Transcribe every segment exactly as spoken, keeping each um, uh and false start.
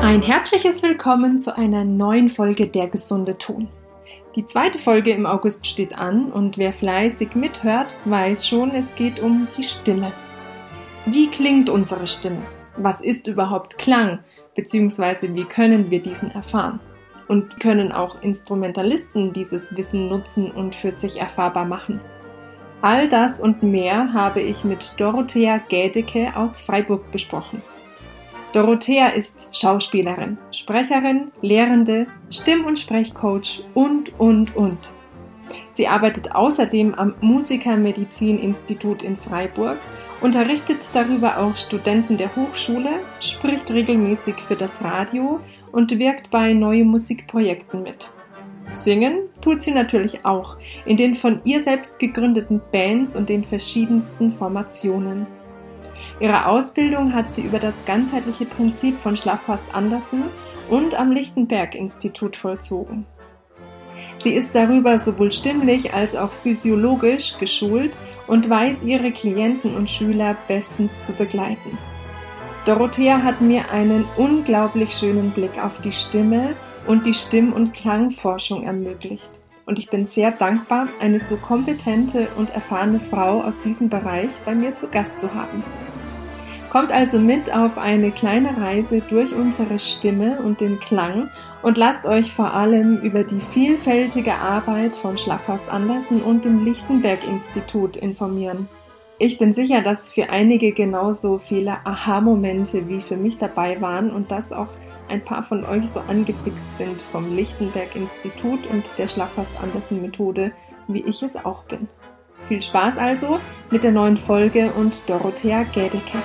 Ein herzliches Willkommen zu einer neuen Folge Der gesunde Ton. Die zweite Folge im August steht an und wer fleißig mithört, weiß schon, es geht um die Stimme. Wie klingt unsere Stimme? Was ist überhaupt Klang? Beziehungsweise wie können wir diesen erfahren? Und können auch Instrumentalisten dieses Wissen nutzen und für sich erfahrbar machen? All das und mehr habe ich mit Dorothea Gädeke aus Freiburg besprochen. Dorothea ist Schauspielerin, Sprecherin, Lehrende, Stimm- und Sprechcoach und, und, und. Sie arbeitet außerdem am Musikermedizin-Institut in Freiburg, unterrichtet darüber auch Studenten der Hochschule, spricht regelmäßig für das Radio und wirkt bei Neue Musikprojekten mit. Singen tut sie natürlich auch in den von ihr selbst gegründeten Bands und den verschiedensten Formationen. Ihre Ausbildung hat sie über das ganzheitliche Prinzip von Schlafhorst Andersen und am Lichtenberg-Institut vollzogen. Sie ist darüber sowohl stimmlich als auch physiologisch geschult und weiß ihre Klienten und Schüler bestens zu begleiten. Dorothea hat mir einen unglaublich schönen Blick auf die Stimme und die Stimm- und Klangforschung ermöglicht. Und ich bin sehr dankbar, eine so kompetente und erfahrene Frau aus diesem Bereich bei mir zu Gast zu haben. Kommt also mit auf eine kleine Reise durch unsere Stimme und den Klang und lasst euch vor allem über die vielfältige Arbeit von Schlafhorst Andersen und dem Lichtenberg-Institut informieren. Ich bin sicher, dass für einige genauso viele Aha-Momente wie für mich dabei waren und dass auch ein paar von euch so angefixt sind vom Lichtenberg-Institut und der Schlafhorst Andersen-Methode, wie ich es auch bin. Viel Spaß also mit der neuen Folge und Dorothea Gädeke.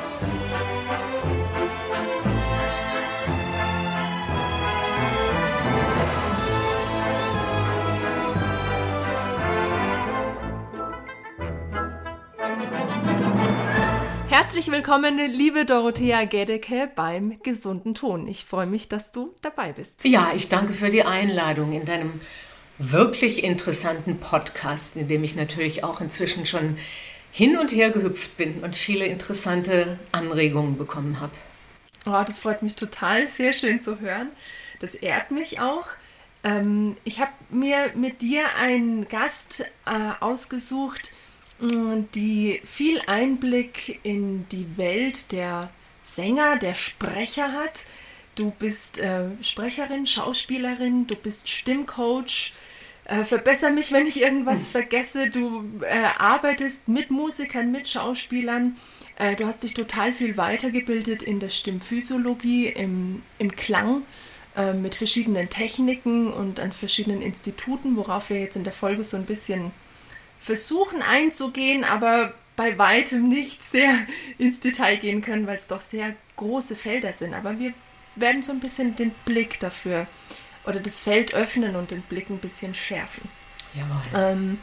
Herzlich willkommen, liebe Dorothea Gädeke beim gesunden Ton. Ich freue mich, dass du dabei bist. Ja, ich danke für die Einladung in deinem wirklich interessanten Podcast, in dem ich natürlich auch inzwischen schon hin und her gehüpft bin und viele interessante Anregungen bekommen habe. Oh, das freut mich total, sehr schön zu hören. Das ehrt mich auch. Ähm, ich habe mir mit dir einen Gast äh, ausgesucht, die viel Einblick in die Welt der Sänger, der Sprecher hat. Du bist äh, Sprecherin, Schauspielerin, du bist Stimmcoach. Äh, verbessere mich, wenn ich irgendwas hm. vergesse. Du äh, arbeitest mit Musikern, mit Schauspielern. Äh, du hast dich total viel weitergebildet in der Stimmphysiologie, im, im Klang, äh, mit verschiedenen Techniken und an verschiedenen Instituten, worauf wir jetzt in der Folge so ein bisschen versuchen einzugehen, aber bei weitem nicht sehr ins Detail gehen können, weil es doch sehr große Felder sind. Aber wir werden so ein bisschen den Blick dafür oder das Feld öffnen und den Blick ein bisschen schärfen. Jawohl. Ähm,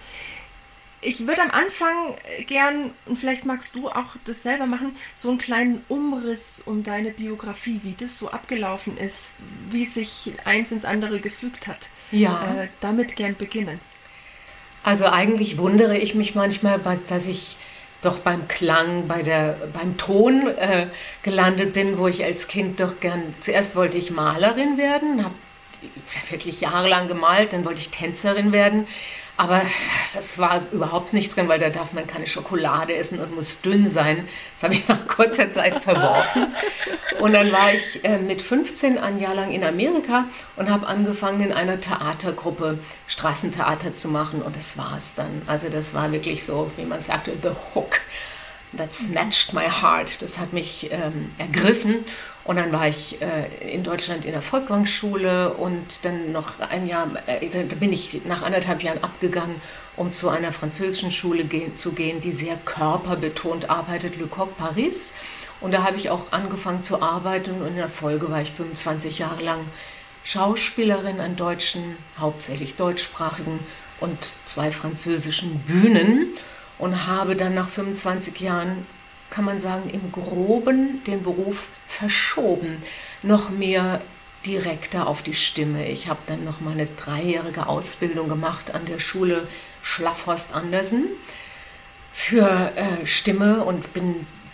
ich würde am Anfang gern, und vielleicht magst du auch das selber machen, so einen kleinen Umriss um deine Biografie, wie das so abgelaufen ist, wie sich eins ins andere gefügt hat. Ja. Äh, damit gern beginnen. Also eigentlich wundere ich mich manchmal, dass ich doch beim Klang, bei der, beim Ton äh, gelandet bin, wo ich als Kind doch gern, zuerst wollte ich Malerin werden, habe wirklich jahrelang gemalt, dann wollte ich Tänzerin werden, aber das war überhaupt nicht drin, weil da darf man keine Schokolade essen und muss dünn sein. Das habe ich nach kurzer Zeit verworfen. Und dann war ich äh, mit fünfzehn ein Jahr lang in Amerika und habe angefangen in einer Theatergruppe Straßentheater zu machen und das war es dann. Also das war wirklich so, wie man sagte, the hook. That snatched my heart. Das hat mich ähm, ergriffen. Und dann war ich äh, in Deutschland in der Folkwang-Schule und dann noch ein Jahr, äh, da bin ich nach anderthalb Jahren abgegangen, um zu einer französischen Schule gehen, zu gehen, die sehr körperbetont arbeitet, Le Coq Paris. Und da habe ich auch angefangen zu arbeiten und in der Folge war ich fünfundzwanzig Jahre lang Schauspielerin an deutschen, hauptsächlich deutschsprachigen und zwei französischen Bühnen und habe dann nach fünfundzwanzig Jahren, kann man sagen, im Groben den Beruf verschoben, noch mehr direkter auf die Stimme. Ich habe dann noch mal eine dreijährige Ausbildung gemacht an der Schule Schlafhorst Andersen für äh, Stimme und bin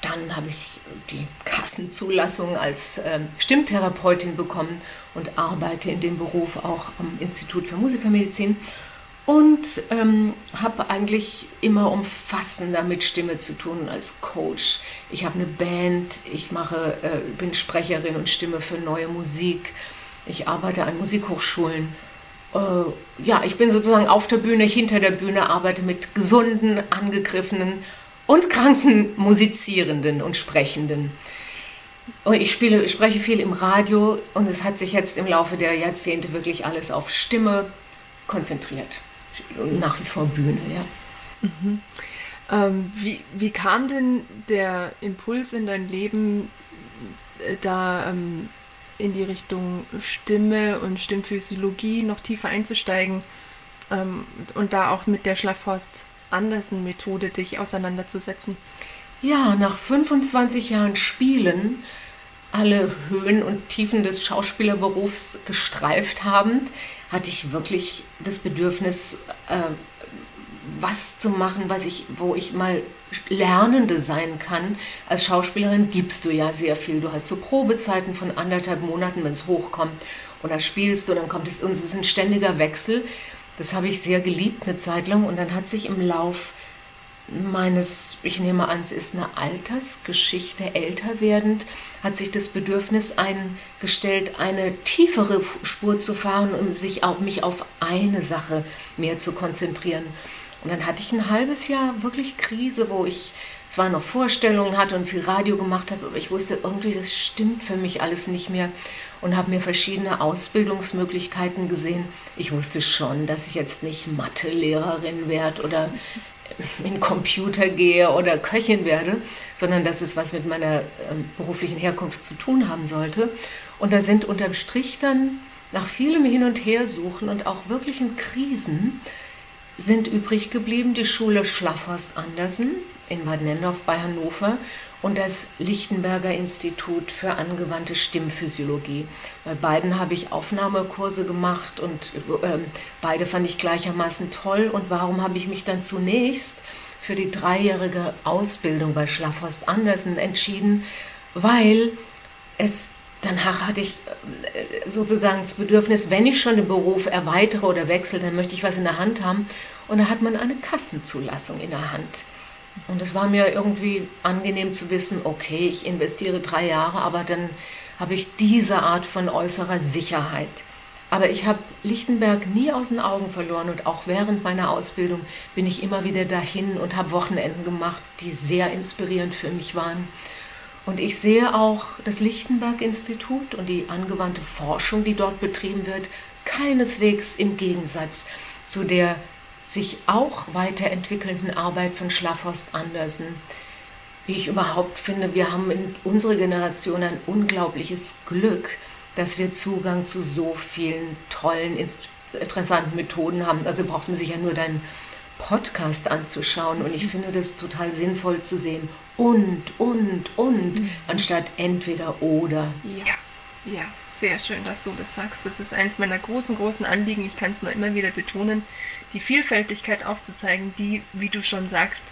dann habe ich die Kassenzulassung als ähm, Stimmtherapeutin bekommen und arbeite in dem Beruf auch am Institut für Musikermedizin und ähm, habe eigentlich immer umfassender mit Stimme zu tun als Coach. Ich habe eine Band, ich mache, äh, bin Sprecherin und Stimme für neue Musik. Ich arbeite an Musikhochschulen. Äh, ja, ich bin sozusagen auf der Bühne, hinter der Bühne, arbeite mit gesunden, angegriffenen und kranken Musizierenden und Sprechenden. Und ich spiele, spreche viel im Radio und es hat sich jetzt im Laufe der Jahrzehnte wirklich alles auf Stimme konzentriert. Und nach wie vor Bühne, ja. Mhm. Ähm, wie, wie kam denn der Impuls in dein Leben, äh, da ähm, in die Richtung Stimme und Stimmphysiologie noch tiefer einzusteigen ähm, und da auch mit der Schlafhorst-Andersen-Methode dich auseinanderzusetzen? Ja, nach fünfundzwanzig Jahren Spielen, alle Höhen und Tiefen des Schauspielerberufs gestreift haben, hatte ich wirklich das Bedürfnis, äh, was zu machen, was ich, wo ich mal Lernende sein kann. Als Schauspielerin gibst du ja sehr viel. Du hast so Probezeiten von anderthalb Monaten, wenn es hochkommt. Und dann spielst du, dann kommt es, und es ist ein ständiger Wechsel. Das habe ich sehr geliebt eine Zeit lang. Und dann hat sich im Lauf meines, ich nehme an, es ist eine Altersgeschichte, älter werdend, hat sich das Bedürfnis eingestellt, eine tiefere Spur zu fahren und sich auch mich auf eine Sache mehr zu konzentrieren. Und dann hatte ich ein halbes Jahr wirklich Krise, wo ich zwar noch Vorstellungen hatte und viel Radio gemacht habe, aber ich wusste irgendwie, das stimmt für mich alles nicht mehr und habe mir verschiedene Ausbildungsmöglichkeiten gesehen. Ich wusste schon, dass ich jetzt nicht Mathelehrerin werde oder in Computer gehe oder Köchin werde, sondern dass es was mit meiner äh, beruflichen Herkunft zu tun haben sollte. Und da sind unterm Strich dann nach vielem Hin- und Hersuchen und auch wirklichen Krisen sind übrig geblieben die Schule Schlafhorst Andersen in Bad Nenndorf bei Hannover und das Lichtenberger Institut für angewandte Stimmphysiologie. Bei beiden habe ich Aufnahmekurse gemacht und äh, beide fand ich gleichermaßen toll. Und warum habe ich mich dann zunächst für die dreijährige Ausbildung bei Schlafhorst Andersen entschieden? Weil es danach hatte ich sozusagen das Bedürfnis, wenn ich schon den Beruf erweitere oder wechsle, dann möchte ich was in der Hand haben. Und da hat man eine Kassenzulassung in der Hand. Und es war mir irgendwie angenehm zu wissen, okay, ich investiere drei Jahre, aber dann habe ich diese Art von äußerer Sicherheit. Aber ich habe Lichtenberg nie aus den Augen verloren und auch während meiner Ausbildung bin ich immer wieder dahin und habe Wochenenden gemacht, die sehr inspirierend für mich waren. Und ich sehe auch das Lichtenberg-Institut und die angewandte Forschung, die dort betrieben wird, keineswegs im Gegensatz zu der sich auch weiterentwickelnden Arbeit von Schlafhorst Andersen. Wie ich überhaupt finde, wir haben in unserer Generation ein unglaubliches Glück, dass wir Zugang zu so vielen tollen, interessanten Methoden haben. Also braucht man sich ja nur deinen Podcast anzuschauen und ich finde das total sinnvoll zu sehen. Und, und, und, mhm. anstatt entweder oder. Ja, ja, sehr schön, dass du das sagst. Das ist eins meiner großen, großen Anliegen. Ich kann es nur immer wieder betonen, die Vielfältigkeit aufzuzeigen, die, wie du schon sagst,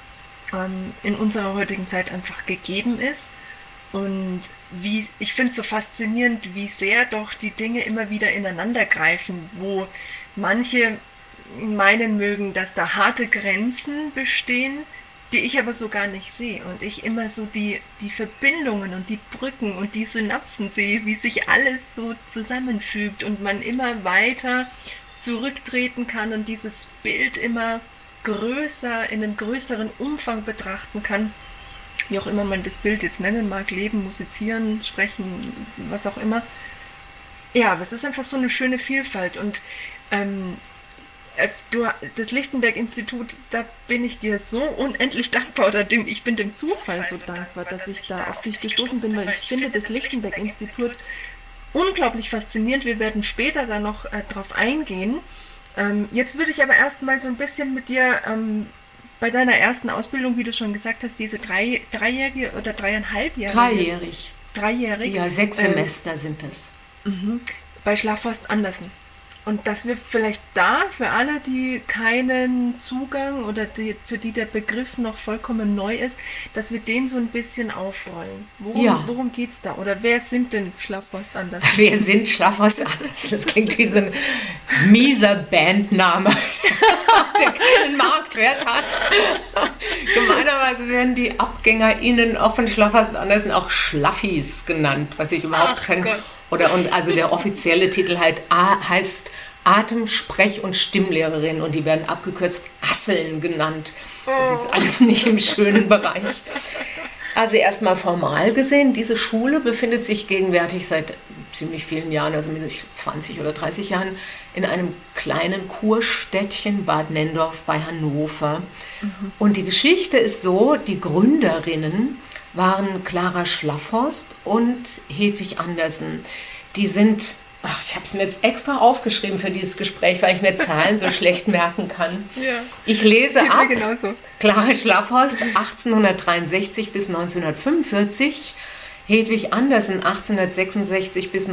in unserer heutigen Zeit einfach gegeben ist. Und wie, ich finde es so faszinierend, wie sehr doch die Dinge immer wieder ineinander greifen, wo manche meinen mögen, dass da harte Grenzen bestehen, die ich aber so gar nicht sehe. Und ich immer so die, die Verbindungen und die Brücken und die Synapsen sehe, wie sich alles so zusammenfügt und man immer weiter zurücktreten kann und dieses Bild immer größer, in einem größeren Umfang betrachten kann. Wie auch immer man das Bild jetzt nennen mag, leben, musizieren, sprechen, was auch immer. Ja, aber es ist einfach so eine schöne Vielfalt und ähm, Du, das Lichtenberg-Institut, da bin ich dir so unendlich dankbar, oder dem, ich bin dem Zufall so dankbar, dass ich da auf dich gestoßen bin, weil ich finde das Lichtenberg-Institut unglaublich faszinierend. Wir werden später da noch äh, drauf eingehen. Ähm, jetzt würde ich aber erstmal so ein bisschen mit dir ähm, bei deiner ersten Ausbildung, wie du schon gesagt hast, diese drei, dreijährige oder dreieinhalbjährige... Dreijährig. Dreijährig. Ja, sechs Semester ähm, sind es. Mhm. Bei Schlafhorst Andersen. Und dass wir vielleicht da für alle, die keinen Zugang oder die, für die der Begriff noch vollkommen neu ist, dass wir den so ein bisschen aufrollen. Worum, Ja. worum geht es da? Oder wer sind denn Schlafhorst Andersen? Wir sind Schlafhorst Andersen. Das klingt wie so ein mieser Bandname, der keinen Marktwert hat. Gemeinerweise werden die AbgängerInnen auch von Schlafhorst Andersen auch Schlaffis genannt, was ich überhaupt Ach kein... Gott. Oder und also der offizielle Titel halt A, heißt Atem-, Sprech- und Stimmlehrerin und die werden abgekürzt Asseln genannt. Das ist alles nicht im schönen Bereich. Also erstmal formal gesehen, diese Schule befindet sich gegenwärtig seit ziemlich vielen Jahren, also mindestens zwanzig oder dreißig Jahren, in einem kleinen Kurstädtchen Bad Nenndorf bei Hannover. Mhm. Und die Geschichte ist so, die Gründerinnen waren Clara Schlafhorst und Hedwig Andersen. Die sind, ach, ich habe es mir jetzt extra aufgeschrieben für dieses Gespräch, weil ich mir Zahlen so schlecht merken kann. Ja. Ich lese Geht mir ab, genauso. Clara Schlafhorst achtzehnhundertdreiundsechzig bis neunzehnhundertfünfundvierzig, Hedwig Andersen achtzehnhundertsechsundsechzig bis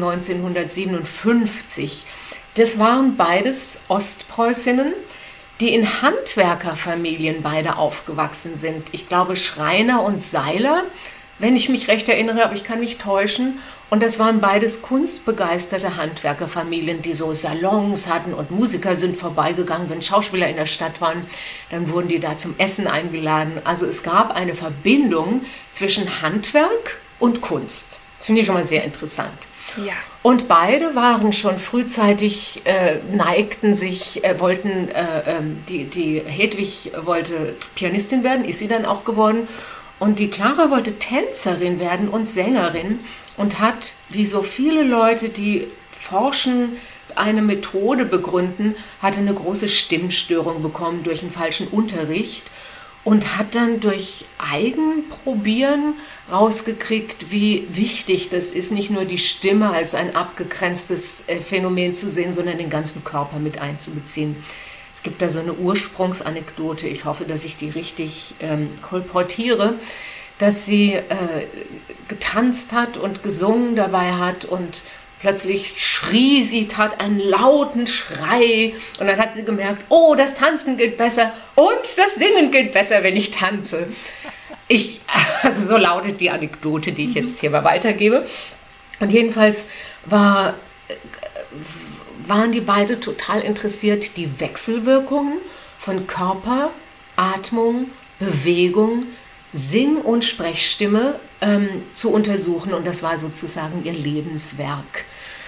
neunzehnhundertsiebenundfünfzig. Das waren beides Ostpreußinnen, die in Handwerkerfamilien beide aufgewachsen sind. Ich glaube Schreiner und Seiler, wenn ich mich recht erinnere, aber ich kann mich täuschen. Und das waren beides kunstbegeisterte Handwerkerfamilien, die so Salons hatten und Musiker sind vorbeigegangen, wenn Schauspieler in der Stadt waren, dann wurden die da zum Essen eingeladen. Also es gab eine Verbindung zwischen Handwerk und Kunst. Das finde ich schon mal sehr interessant. Ja. Und beide waren schon frühzeitig, äh, neigten sich, äh, wollten, äh, ähm, die, die Hedwig wollte Pianistin werden, ist sie dann auch geworden. Und die Clara wollte Tänzerin werden und Sängerin und hat, wie so viele Leute, die forschen, eine Methode begründen, hatte eine große Stimmstörung bekommen durch einen falschen Unterricht und hat dann durch Eigenprobieren rausgekriegt, wie wichtig das ist, nicht nur die Stimme als ein abgegrenztes Phänomen zu sehen, sondern den ganzen Körper mit einzubeziehen. Es gibt da so eine Ursprungsanekdote, ich hoffe, dass ich die richtig ähm, kolportiere, dass sie äh, getanzt hat und gesungen dabei hat und plötzlich schrie sie, tat einen lauten Schrei und dann hat sie gemerkt, oh, das Tanzen geht besser und das Singen geht besser, wenn ich tanze. Ich, also so lautet die Anekdote, die ich jetzt hier mal weitergebe. Und jedenfalls war, waren die beide total interessiert, die Wechselwirkungen von Körper, Atmung, Bewegung, Sing- und Sprechstimme ähm, zu untersuchen. Und das war sozusagen ihr Lebenswerk.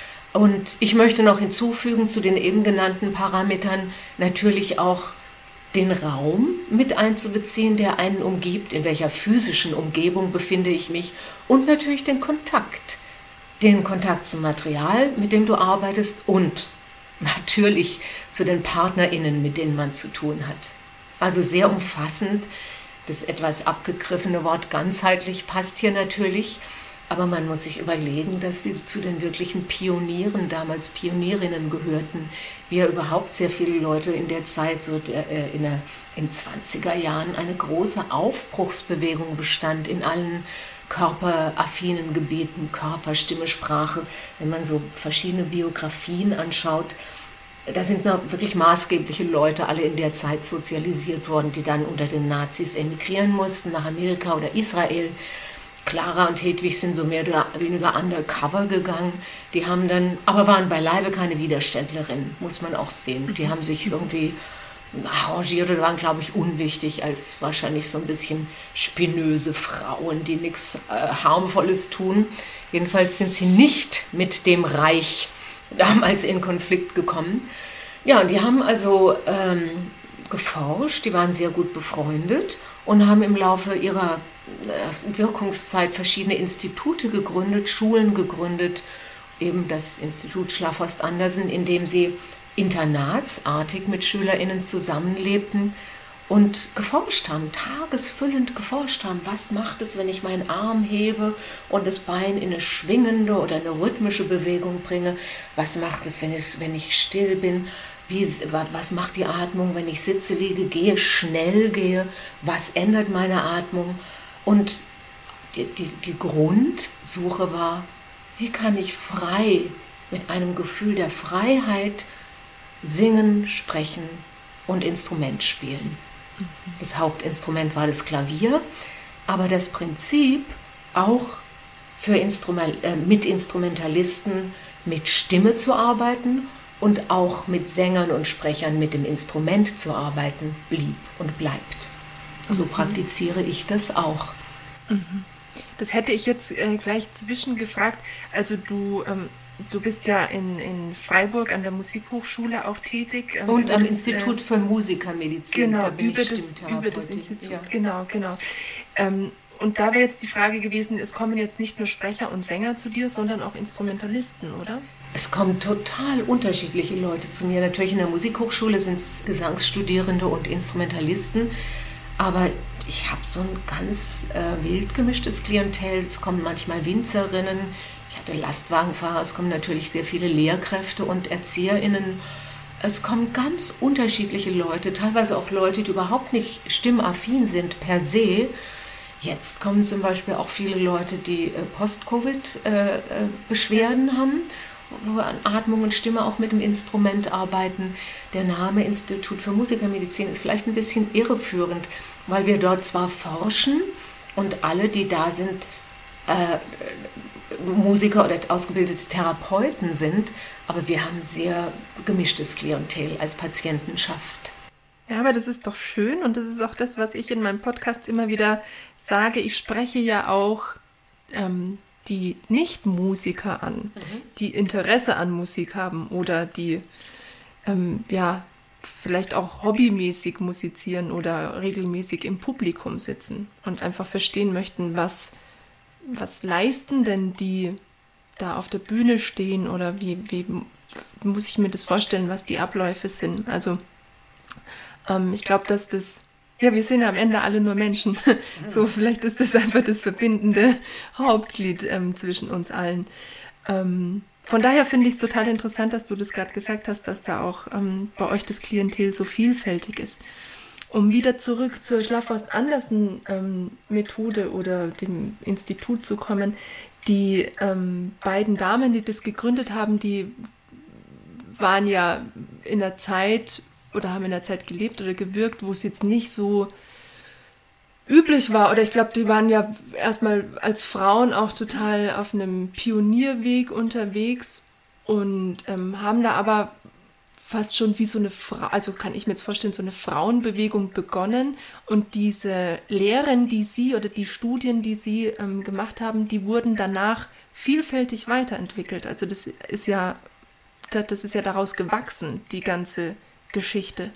Und ich möchte noch hinzufügen zu den eben genannten Parametern natürlich auch den Raum mit einzubeziehen, der einen umgibt, in welcher physischen Umgebung befinde ich mich und natürlich den Kontakt. Den Kontakt zum Material, mit dem du arbeitest und natürlich zu den PartnerInnen, mit denen man zu tun hat. Also sehr umfassend, das etwas abgegriffene Wort ganzheitlich passt hier natürlich, aber man muss sich überlegen, dass sie zu den wirklichen Pionieren, damals Pionierinnen gehörten, wie ja überhaupt sehr viele Leute in der Zeit, so der, äh, in den in zwanziger Jahren, eine große Aufbruchsbewegung bestand in allen körperaffinen Gebieten, Körper, Stimme, Sprache. Wenn man so verschiedene Biografien anschaut, da sind noch wirklich maßgebliche Leute alle in der Zeit sozialisiert worden, die dann unter den Nazis emigrieren mussten nach Amerika oder Israel. Clara und Hedwig sind so mehr oder weniger undercover gegangen. Die haben dann, aber waren beileibe keine Widerständlerinnen, muss man auch sehen. Die haben sich irgendwie arrangiert oder waren, glaube ich, unwichtig als wahrscheinlich so ein bisschen spinöse Frauen, die nichts äh, Harmvolles tun. Jedenfalls sind sie nicht mit dem Reich damals in Konflikt gekommen. Ja, und die haben also ähm, geforscht, die waren sehr gut befreundet und haben im Laufe ihrer Wirkungszeit verschiedene Institute gegründet, Schulen gegründet, eben das Institut Schlafhorst Andersen, in dem sie internatsartig mit SchülerInnen zusammenlebten und geforscht haben, tagesfüllend geforscht haben, was macht es, wenn ich meinen Arm hebe und das Bein in eine schwingende oder eine rhythmische Bewegung bringe, was macht es, wenn ich, wenn ich still bin, Wie, was macht die Atmung, wenn ich sitze, liege, gehe, schnell gehe, was ändert meine Atmung? Und die, die, die Grundsuche war, wie kann ich frei, mit einem Gefühl der Freiheit Singen, Sprechen und Instrument spielen. Mhm. Das Hauptinstrument war das Klavier, aber das Prinzip auch für Instrument, äh, mit Instrumentalisten mit Stimme zu arbeiten und auch mit Sängern und Sprechern mit dem Instrument zu arbeiten, blieb und bleibt. So mhm. praktiziere ich das auch. Mhm. Das hätte ich jetzt äh, gleich zwischengefragt. Also du, ähm, du bist ja in, in Freiburg an der Musikhochschule auch tätig. Ähm, und am das, Institut äh, für Musikermedizin. Genau, da über, das, über das Institut. Ja. Genau, genau. Ähm, Und da wäre jetzt die Frage gewesen, es kommen jetzt nicht nur Sprecher und Sänger zu dir, sondern auch Instrumentalisten, oder? Es kommen total unterschiedliche Leute zu mir. Natürlich in der Musikhochschule sind es Gesangsstudierende und Instrumentalisten, aber ich habe so ein ganz äh, wild gemischtes Klientel. Es kommen manchmal Winzerinnen, ich hatte Lastwagenfahrer, es kommen natürlich sehr viele Lehrkräfte und ErzieherInnen. Es kommen ganz unterschiedliche Leute, teilweise auch Leute, die überhaupt nicht stimmaffin sind per se. Jetzt kommen zum Beispiel auch viele Leute, die Post-Covid-Beschwerden haben, wo an Atmung und Stimme auch mit dem Instrument arbeiten. Der Name Institut für Musikermedizin ist vielleicht ein bisschen irreführend, weil wir dort zwar forschen und alle, die da sind, äh, Musiker oder ausgebildete Therapeuten sind, aber wir haben sehr gemischtes Klientel als Patientenschaft. Ja, aber das ist doch schön und das ist auch das, was ich in meinem Podcast immer wieder sage. Ich spreche ja auch ähm, die Nicht-Musiker an, mhm. die Interesse an Musik haben oder die ähm, ja vielleicht auch hobbymäßig musizieren oder regelmäßig im Publikum sitzen und einfach verstehen möchten, was, was leisten denn die da auf der Bühne stehen oder wie, wie muss ich mir das vorstellen, was die Abläufe sind. Also ich glaube, dass das, ja, wir sind ja am Ende alle nur Menschen. So, vielleicht ist das einfach das verbindende Hauptglied ähm, zwischen uns allen. Ähm, von daher finde ich es total interessant, dass du das gerade gesagt hast, dass da auch ähm, bei euch das Klientel so vielfältig ist. Um wieder zurück zur Schlafhorst-Andersen-Methode ähm, oder dem Institut zu kommen, die ähm, beiden Damen, die das gegründet haben, die waren ja in der Zeit oder haben in der Zeit gelebt oder gewirkt, wo es jetzt nicht so üblich war. Oder ich glaube, die waren ja erstmal als Frauen auch total auf einem Pionierweg unterwegs und ähm, haben da aber fast schon wie so eine Frau, also kann ich mir jetzt vorstellen, so eine Frauenbewegung begonnen. Und diese Lehren, die sie oder die Studien, die sie ähm, gemacht haben, die wurden danach vielfältig weiterentwickelt. Also das ist ja, das ist ja daraus gewachsen, die ganze Geschichte.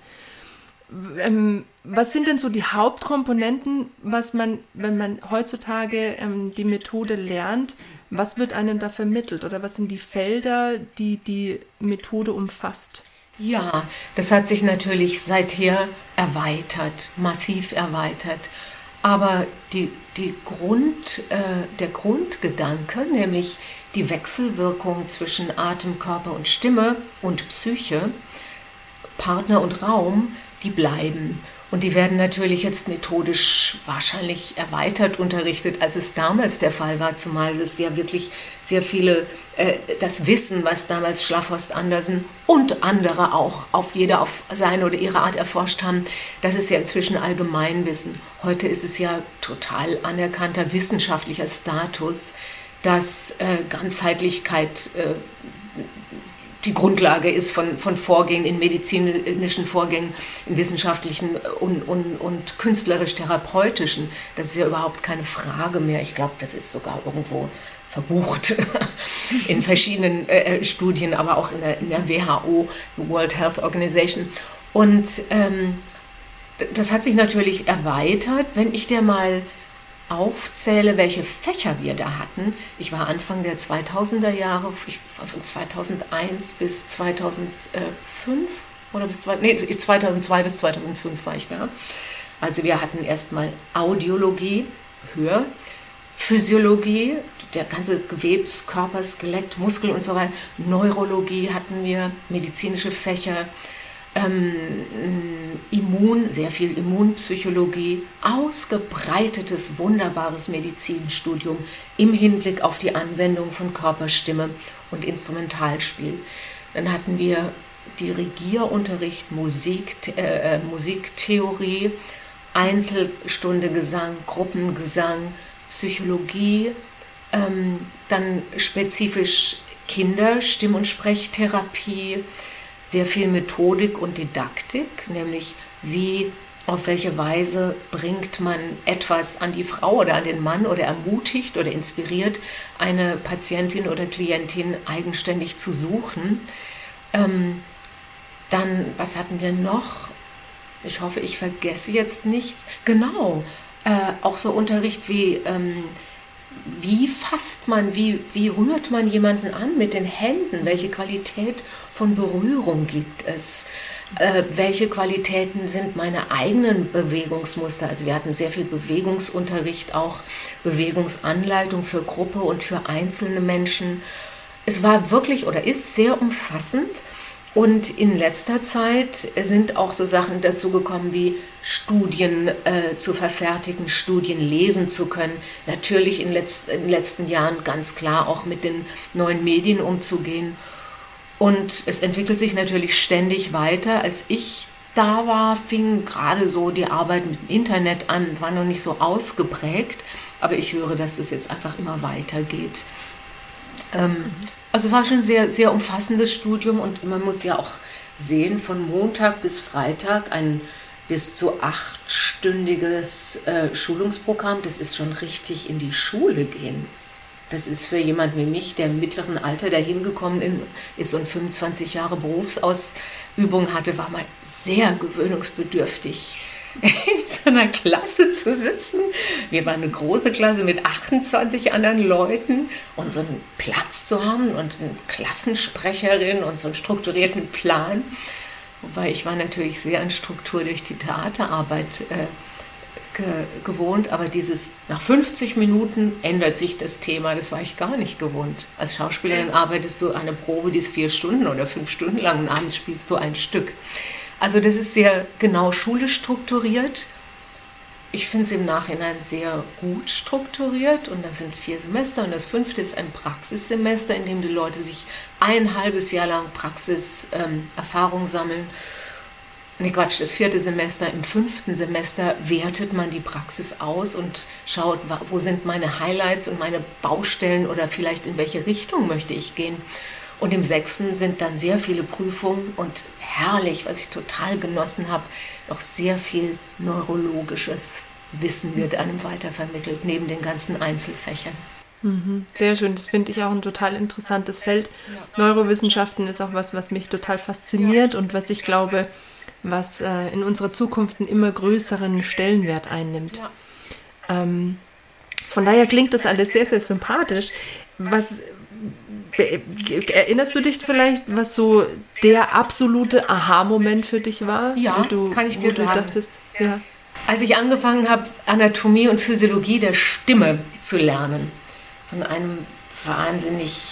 Ähm, was sind denn so die Hauptkomponenten, was man, wenn man heutzutage ähm, die Methode lernt, was wird einem da vermittelt oder was sind die Felder, die die Methode umfasst? Ja, das hat sich natürlich seither erweitert, massiv erweitert. Aber die, die Grund, äh, der Grundgedanke, nämlich die Wechselwirkung zwischen Atem, Körper und Stimme und Psyche, Partner und Raum, die bleiben. Und die werden natürlich jetzt methodisch wahrscheinlich erweitert unterrichtet, als es damals der Fall war, zumal es ja wirklich sehr viele, äh, das Wissen, was damals Schlafhorst Andersen und andere auch auf jeder auf seine oder ihre Art erforscht haben, das ist ja inzwischen Allgemeinwissen. Heute ist es ja total anerkannter wissenschaftlicher Status, dass äh, Ganzheitlichkeit äh, die Grundlage ist von, von Vorgehen in medizinischen Vorgängen, in wissenschaftlichen und, und, und künstlerisch-therapeutischen. Das ist ja überhaupt keine Frage mehr. Ich glaube, das ist sogar irgendwo verbucht in verschiedenen äh, Studien, aber auch in der, in der W H O, World Health Organization. Und ähm, das hat sich natürlich erweitert. Wenn ich dir mal aufzähle, welche Fächer wir da hatten. Ich war Anfang der zweitausender Jahre, von zweitausendeins bis zweitausendfünf oder bis nee, zweitausendzwei bis zweitausendfünf war ich da. Also wir hatten erstmal Audiologie, Hör, Physiologie, der ganze Gewebs-, Körper-, Skelett-, Muskel und so weiter, Neurologie hatten wir, medizinische Fächer, Ähm, Immun, sehr viel Immunpsychologie, ausgebreitetes, wunderbares Medizinstudium im Hinblick auf die Anwendung von Körperstimme und Instrumentalspiel. Dann hatten wir Dirigierunterricht, Musik, äh, Musiktheorie, Einzelstunde Gesang, Gruppengesang, Psychologie, ähm, dann spezifisch Kinder, Stimm- und Sprechtherapie, sehr viel Methodik und Didaktik, nämlich wie, auf welche Weise bringt man etwas an die Frau oder an den Mann oder ermutigt oder inspiriert, eine Patientin oder Klientin eigenständig zu suchen. Ähm, dann, was hatten wir noch? Ich hoffe, ich vergesse jetzt nichts. Genau, äh, auch so Unterricht wie, ähm, wie fasst man, wie, wie rührt man jemanden an mit den Händen? Welche Qualität von Berührung gibt es? Äh, welche Qualitäten sind meine eigenen Bewegungsmuster? Also wir hatten sehr viel Bewegungsunterricht, auch Bewegungsanleitung für Gruppe und für einzelne Menschen. Es war wirklich oder ist sehr umfassend. Und in letzter Zeit sind auch so Sachen dazu gekommen, wie Studien äh, zu verfertigen, Studien lesen zu können. Natürlich in, letzt, in den letzten Jahren ganz klar auch mit den neuen Medien umzugehen. Und es entwickelt sich natürlich ständig weiter. Als ich da war, fing gerade so die Arbeit mit dem Internet an, war noch nicht so ausgeprägt. Aber ich höre, dass es jetzt einfach immer weitergeht. Ähm, Also war schon ein sehr, sehr umfassendes Studium und man muss ja auch sehen, von Montag bis Freitag ein bis zu achtstündiges äh, Schulungsprogramm, das ist schon richtig in die Schule gehen. Das ist für jemand wie mich, der im mittleren Alter dahin gekommen ist und fünfundzwanzig Jahre Berufsausübung hatte, war mal sehr gewöhnungsbedürftig, in so einer Klasse zu sitzen. Wir waren eine große Klasse mit achtundzwanzig anderen Leuten und so einen Platz zu haben und eine Klassensprecherin und so einen strukturierten Plan. Wobei ich war natürlich sehr an Struktur durch die Theaterarbeit äh, ge gewohnt, aber dieses nach fünfzig Minuten ändert sich das Thema, das war ich gar nicht gewohnt. Als Schauspielerin arbeitest du eine Probe, die ist vier Stunden oder fünf Stunden lang und abends spielst du ein Stück. Also das ist sehr genau schulisch strukturiert. Ich finde es im Nachhinein sehr gut strukturiert und das sind vier Semester und das fünfte ist ein Praxissemester, in dem die Leute sich ein halbes Jahr lang Praxiserfahrung ähm, sammeln. Ne Quatsch, das vierte Semester, im fünften Semester wertet man die Praxis aus und schaut, wo sind meine Highlights und meine Baustellen oder vielleicht in welche Richtung möchte ich gehen. Und im sechsten sind dann sehr viele Prüfungen und herrlich, was ich total genossen habe, noch sehr viel neurologisches Wissen wird einem weitervermittelt, neben den ganzen Einzelfächern. Mhm, sehr schön, das finde ich auch ein total interessantes Feld. Ja. Neurowissenschaften ist auch was, was mich total fasziniert ja. und was ich glaube, was äh, in unserer Zukunft einen immer größeren Stellenwert einnimmt. Ja. Ähm, von daher klingt das alles sehr, sehr sympathisch. Was... Erinnerst du dich vielleicht, was so der absolute Aha-Moment für dich war? Ja, du, kann ich dir sagen. Dachtest, ja. Als ich angefangen habe, Anatomie und Physiologie der Stimme zu lernen, von einem wahnsinnig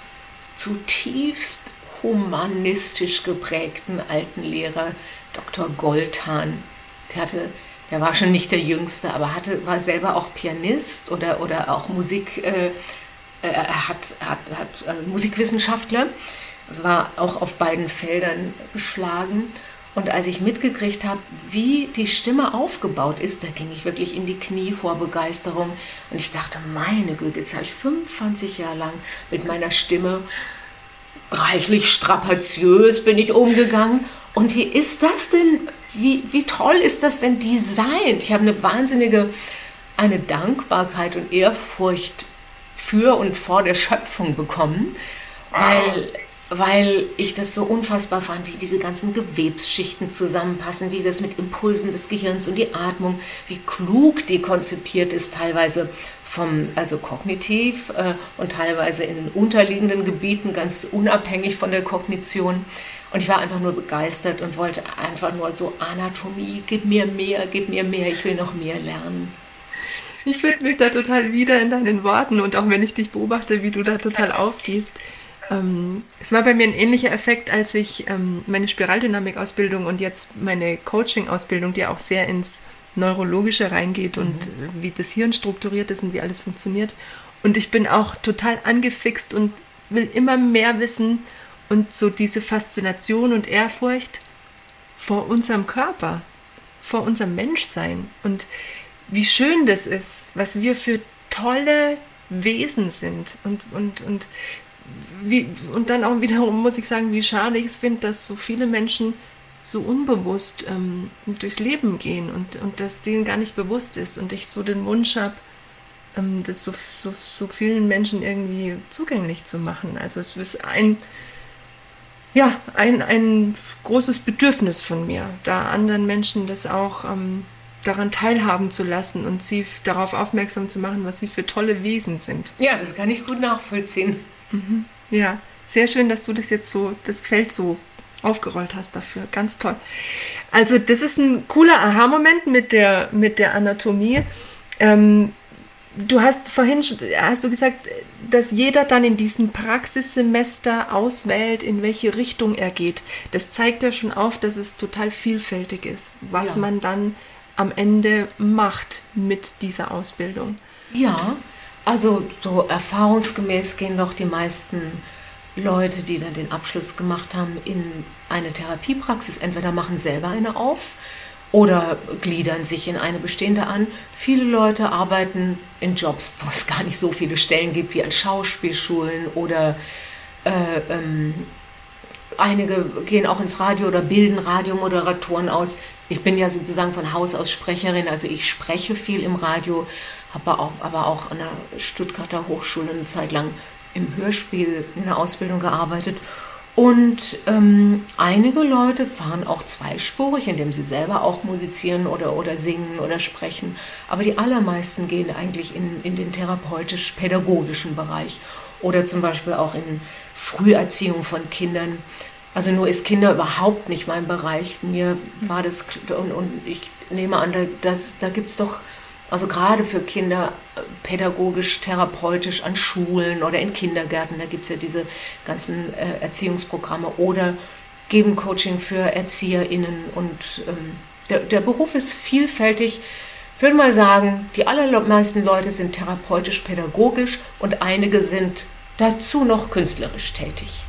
zutiefst humanistisch geprägten alten Lehrer, Doktor Goldhahn. Der, hatte, der war schon nicht der Jüngste, aber hatte, war selber auch Pianist oder, oder auch Musik. Äh, Er hat, hat, hat also Musikwissenschaftler, also war auch auf beiden Feldern beschlagen. Und als ich mitgekriegt habe, wie die Stimme aufgebaut ist, da ging ich wirklich in die Knie vor Begeisterung. Und ich dachte, meine Güte, jetzt habe ich fünfundzwanzig Jahre lang mit meiner Stimme reichlich strapaziös bin ich umgegangen. Und wie ist das denn, wie, wie toll ist das denn designt? Ich habe eine wahnsinnige, eine Dankbarkeit und Ehrfurcht für und vor der Schöpfung bekommen, weil, weil ich das so unfassbar fand, wie diese ganzen Gewebsschichten zusammenpassen, wie das mit Impulsen des Gehirns und die Atmung, wie klug die konzipiert ist, teilweise vom, also kognitiv äh, und teilweise in unterliegenden Gebieten, ganz unabhängig von der Kognition. Und ich war einfach nur begeistert und wollte einfach nur so Anatomie, gib mir mehr, gib mir mehr, ich will noch mehr lernen. Ich finde mich da total wieder in deinen Worten und auch wenn ich dich beobachte, wie du da total aufgehst. Ähm, es war bei mir ein ähnlicher Effekt, als ich ähm, meine Spiraldynamik-Ausbildung und jetzt meine Coaching-Ausbildung, die auch sehr ins Neurologische reingeht mhm. und wie das Hirn strukturiert ist und wie alles funktioniert. Und ich bin auch total angefixt und will immer mehr wissen und so diese Faszination und Ehrfurcht vor unserem Körper, vor unserem Menschsein und wie schön das ist, was wir für tolle Wesen sind und, und, und, wie, und dann auch wiederum muss ich sagen, wie schade ich es finde, dass so viele Menschen so unbewusst ähm, durchs Leben gehen und, und dass denen gar nicht bewusst ist und ich so den Wunsch habe, ähm, das so, so, so vielen Menschen irgendwie zugänglich zu machen. Also es ist ein, ja, ein, ein großes Bedürfnis von mir, da anderen Menschen das auch ähm, daran teilhaben zu lassen und sie darauf aufmerksam zu machen, was sie für tolle Wesen sind. Ja, das kann ich gut nachvollziehen. Mhm. Ja, sehr schön, dass du das jetzt so, das Feld so aufgerollt hast dafür. Ganz toll. Also das ist ein cooler Aha-Moment mit der, mit der Anatomie. Ähm, du hast vorhin hast du gesagt, dass jeder dann in diesem Praxissemester auswählt, in welche Richtung er geht. Das zeigt ja schon auf, dass es total vielfältig ist, was Ja. man dann am Ende macht mit dieser Ausbildung. Ja, also so erfahrungsgemäß gehen doch die meisten Leute, die dann den Abschluss gemacht haben, in eine Therapiepraxis. Entweder machen selber eine auf oder gliedern sich in eine bestehende an. Viele Leute arbeiten in Jobs, wo es gar nicht so viele Stellen gibt, wie an Schauspielschulen oder äh, ähm, einige gehen auch ins Radio oder bilden Radiomoderatoren aus. Ich bin ja sozusagen von Haus aus Sprecherin, also ich spreche viel im Radio, habe auch, aber auch an der Stuttgarter Hochschule eine Zeit lang im Hörspiel in der Ausbildung gearbeitet. Und ähm, einige Leute fahren auch zweispurig, indem sie selber auch musizieren oder, oder singen oder sprechen. Aber die allermeisten gehen eigentlich in, in den therapeutisch-pädagogischen Bereich oder zum Beispiel auch in Früherziehung von Kindern. Also nur ist Kinder überhaupt nicht mein Bereich. Mir war das, und, und ich nehme an, da, da gibt es doch, also gerade für Kinder pädagogisch, therapeutisch an Schulen oder in Kindergärten, da gibt es ja diese ganzen äh, Erziehungsprogramme oder geben Coaching für ErzieherInnen und ähm, der, der Beruf ist vielfältig. Ich würde mal sagen, die allermeisten Leute sind therapeutisch-pädagogisch und einige sind dazu noch künstlerisch tätig.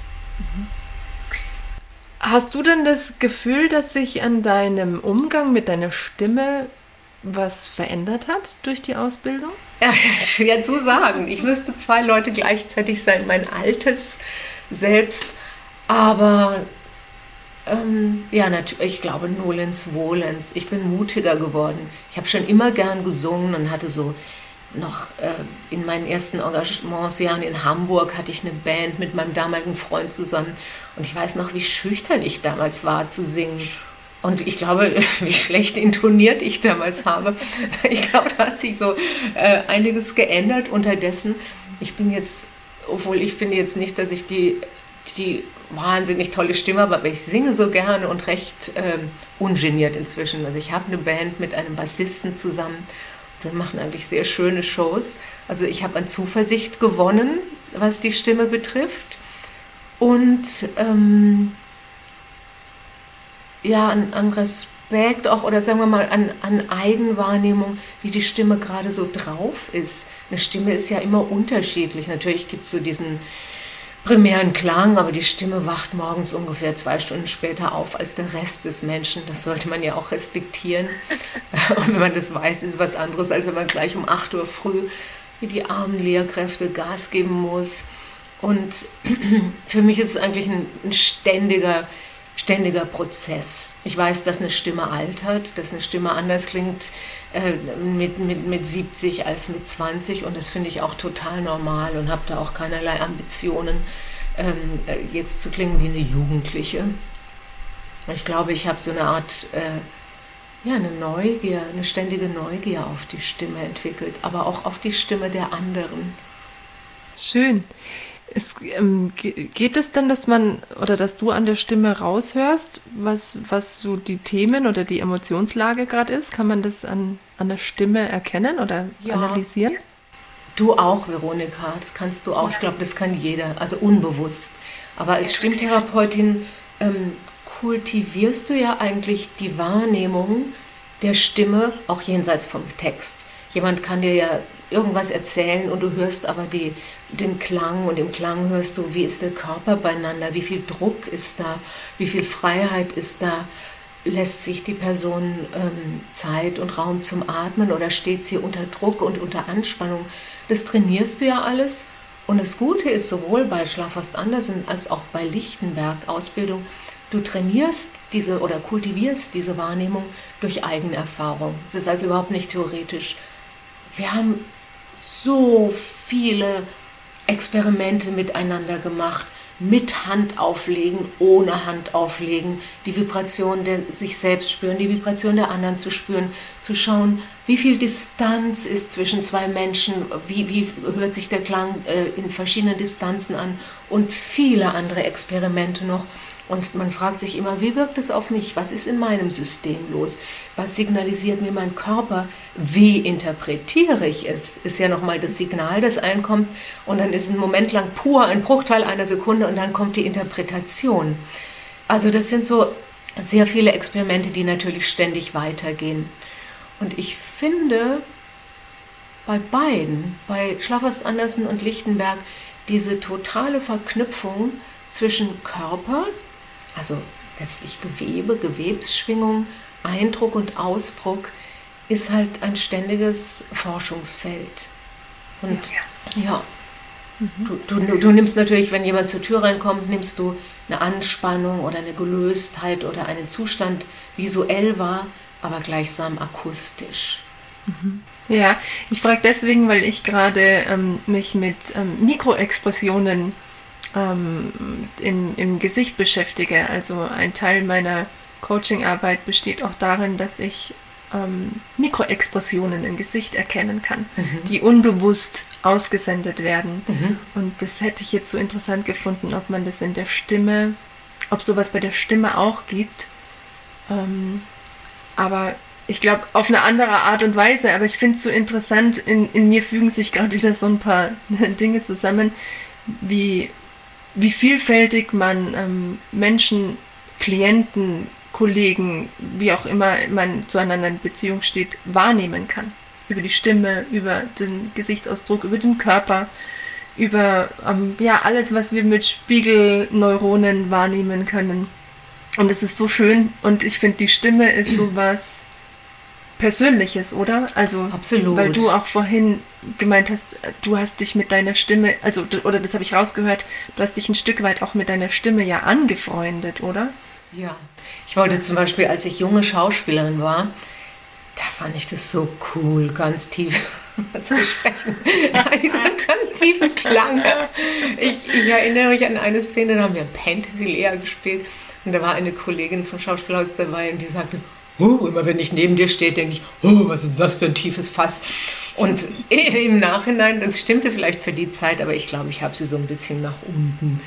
Hast du denn das Gefühl, dass sich an deinem Umgang mit deiner Stimme was verändert hat durch die Ausbildung? Ja, schwer zu sagen. Ich müsste zwei Leute gleichzeitig sein, mein altes Selbst, aber ähm, ja, natürlich, ich glaube nolens volens. Ich bin mutiger geworden. Ich habe schon immer gern gesungen und hatte so noch äh, in meinen ersten Engagementsjahren in Hamburg hatte ich eine Band mit meinem damaligen Freund zusammen und ich weiß noch, wie schüchtern ich damals war zu singen. Und ich glaube, wie schlecht intoniert ich damals habe. Ich glaube, da hat sich so äh, einiges geändert unterdessen. Ich bin jetzt, obwohl ich finde jetzt nicht, dass ich die, die wahnsinnig tolle Stimme habe, aber ich singe so gerne und recht äh, ungeniert inzwischen. Also ich habe eine Band mit einem Bassisten zusammen. Wir machen eigentlich sehr schöne Shows. Also ich habe an Zuversicht gewonnen, was die Stimme betrifft. Und ähm, ja, an, an Respekt auch, oder sagen wir mal an, an Eigenwahrnehmung, wie die Stimme gerade so drauf ist. Eine Stimme ist ja immer unterschiedlich. Natürlich gibt es so diesen primären Klang, aber die Stimme wacht morgens ungefähr zwei Stunden später auf als der Rest des Menschen. Das sollte man ja auch respektieren. Und wenn man das weiß, ist es was anderes, als wenn man gleich um acht Uhr früh wie die armen Lehrkräfte Gas geben muss. Und für mich ist es eigentlich ein, ein ständiger ständiger Prozess. Ich weiß, dass eine Stimme altert, dass eine Stimme anders klingt äh, mit, mit, mit siebzig als mit zwanzig und das finde ich auch total normal und habe da auch keinerlei Ambitionen, ähm, jetzt zu klingen wie eine Jugendliche. Ich glaube, ich habe so eine Art, äh, ja, eine Neugier, eine ständige Neugier auf die Stimme entwickelt, aber auch auf die Stimme der anderen. Schön. Es, ähm, geht es dann, dass man oder dass du an der Stimme raushörst, was, was so die Themen oder die Emotionslage gerade ist? Kann man das an, an der Stimme erkennen oder ja. analysieren? Du auch, Veronika, das kannst du auch. Ich glaube, das kann jeder, also unbewusst. Aber als Stimmtherapeutin ähm, kultivierst du ja eigentlich die Wahrnehmung der Stimme auch jenseits vom Text. Jemand kann dir ja irgendwas erzählen und du hörst aber die, den Klang und im Klang hörst du, wie ist der Körper beieinander, wie viel Druck ist da, wie viel Freiheit ist da, lässt sich die Person ähm, Zeit und Raum zum Atmen oder steht sie unter Druck und unter Anspannung. Das trainierst du ja alles und das Gute ist sowohl bei Schlafhorst Andersen als auch bei Lichtenberg Ausbildung, du trainierst diese oder kultivierst diese Wahrnehmung durch Eigenerfahrung. Es ist also überhaupt nicht theoretisch. Wir haben so viele Experimente miteinander gemacht, mit Hand auflegen, ohne Hand auflegen, die Vibration der sich selbst spüren, die Vibration der anderen zu spüren, zu schauen, wie viel Distanz ist zwischen zwei Menschen, wie, wie hört sich der Klang äh, in verschiedenen Distanzen an und viele andere Experimente noch. Und man fragt sich immer, wie wirkt es auf mich? Was ist in meinem System los? Was signalisiert mir mein Körper? Wie interpretiere ich es? Ist ja nochmal das Signal, das einkommt. Und dann ist es ein Moment lang pur, ein Bruchteil einer Sekunde und dann kommt die Interpretation. Also das sind so sehr viele Experimente, die natürlich ständig weitergehen. Und ich finde bei beiden, bei Schlafhorst Andersen und Lichtenberg, diese totale Verknüpfung zwischen Körper, also letztlich Gewebe, Gewebsschwingung, Eindruck und Ausdruck, ist halt ein ständiges Forschungsfeld. Und ja, ja mhm. du, du, du nimmst natürlich, wenn jemand zur Tür reinkommt, nimmst du eine Anspannung oder eine Gelöstheit oder einen Zustand visuell wahr, aber gleichsam akustisch. Mhm. Ja, ich frage deswegen, weil ich gerade ähm, mich mit ähm, Mikroexpressionen ähm, im, im Gesicht beschäftige. Also ein Teil meiner Coachingarbeit besteht auch darin, dass ich ähm, Mikroexpressionen im Gesicht erkennen kann, mhm. die unbewusst ausgesendet werden. Mhm. Und das hätte ich jetzt so interessant gefunden, ob man das in der Stimme, ob sowas bei der Stimme auch gibt. Ähm, aber ich glaube, auf eine andere Art und Weise, aber ich finde es so interessant, in, in mir fügen sich gerade wieder so ein paar Dinge zusammen, wie, wie vielfältig man ähm, Menschen, Klienten, Kollegen, wie auch immer man zueinander in Beziehung steht, wahrnehmen kann. Über die Stimme, über den Gesichtsausdruck, über den Körper, über ähm, ja, alles, was wir mit Spiegelneuronen wahrnehmen können. Und es ist so schön und ich finde, die Stimme ist sowas Persönliches, oder? Also, absolut. Weil du auch vorhin gemeint hast, du hast dich mit deiner Stimme, also, oder das habe ich rausgehört, du hast dich ein Stück weit auch mit deiner Stimme ja angefreundet, oder? Ja, ich wollte zum Beispiel, als ich junge Schauspielerin war, da fand ich das so cool, ganz tief zu sprechen. Da habe ich so einen ganz tiefen Klang. Ich, ich erinnere mich an eine Szene, da haben wir Fantasy Lea gespielt und da war eine Kollegin vom Schauspielhaus dabei und die sagte, oh, immer wenn ich neben dir stehe, denke ich, oh, was ist das für ein tiefes Fass? Und im Nachhinein, das stimmte vielleicht für die Zeit, aber ich glaube, ich habe sie so ein bisschen nach unten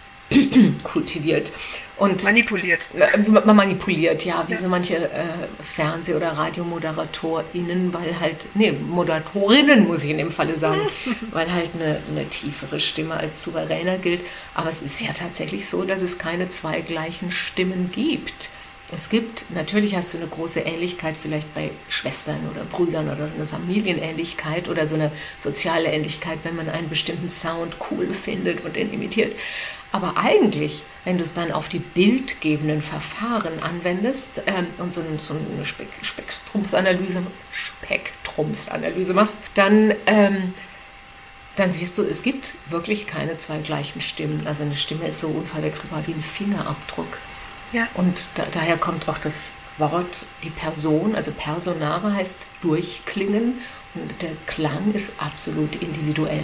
kultiviert. Und manipuliert. Man manipuliert, ja, wie ja. so manche äh, Fernseh- oder RadiomoderatorInnen, weil halt, nee, Moderatorinnen muss ich in dem Falle sagen, weil halt eine, eine tiefere Stimme als souveräner gilt. Aber es ist ja tatsächlich so, dass es keine zwei gleichen Stimmen gibt. Es gibt, natürlich hast du eine große Ähnlichkeit vielleicht bei Schwestern oder Brüdern oder eine Familienähnlichkeit oder so eine soziale Ähnlichkeit, wenn man einen bestimmten Sound cool findet und den imitiert. Aber eigentlich, wenn du es dann auf die bildgebenden Verfahren anwendest ähm, und so, ein, so eine Spek Spektrumsanalyse, Spektrumsanalyse machst, dann, ähm, dann siehst du, es gibt wirklich keine zwei gleichen Stimmen. Also eine Stimme ist so unverwechselbar wie ein Fingerabdruck. Ja. Und da, daher kommt auch das Wort, die Person, also Personare heißt durchklingen und der Klang ist absolut individuell.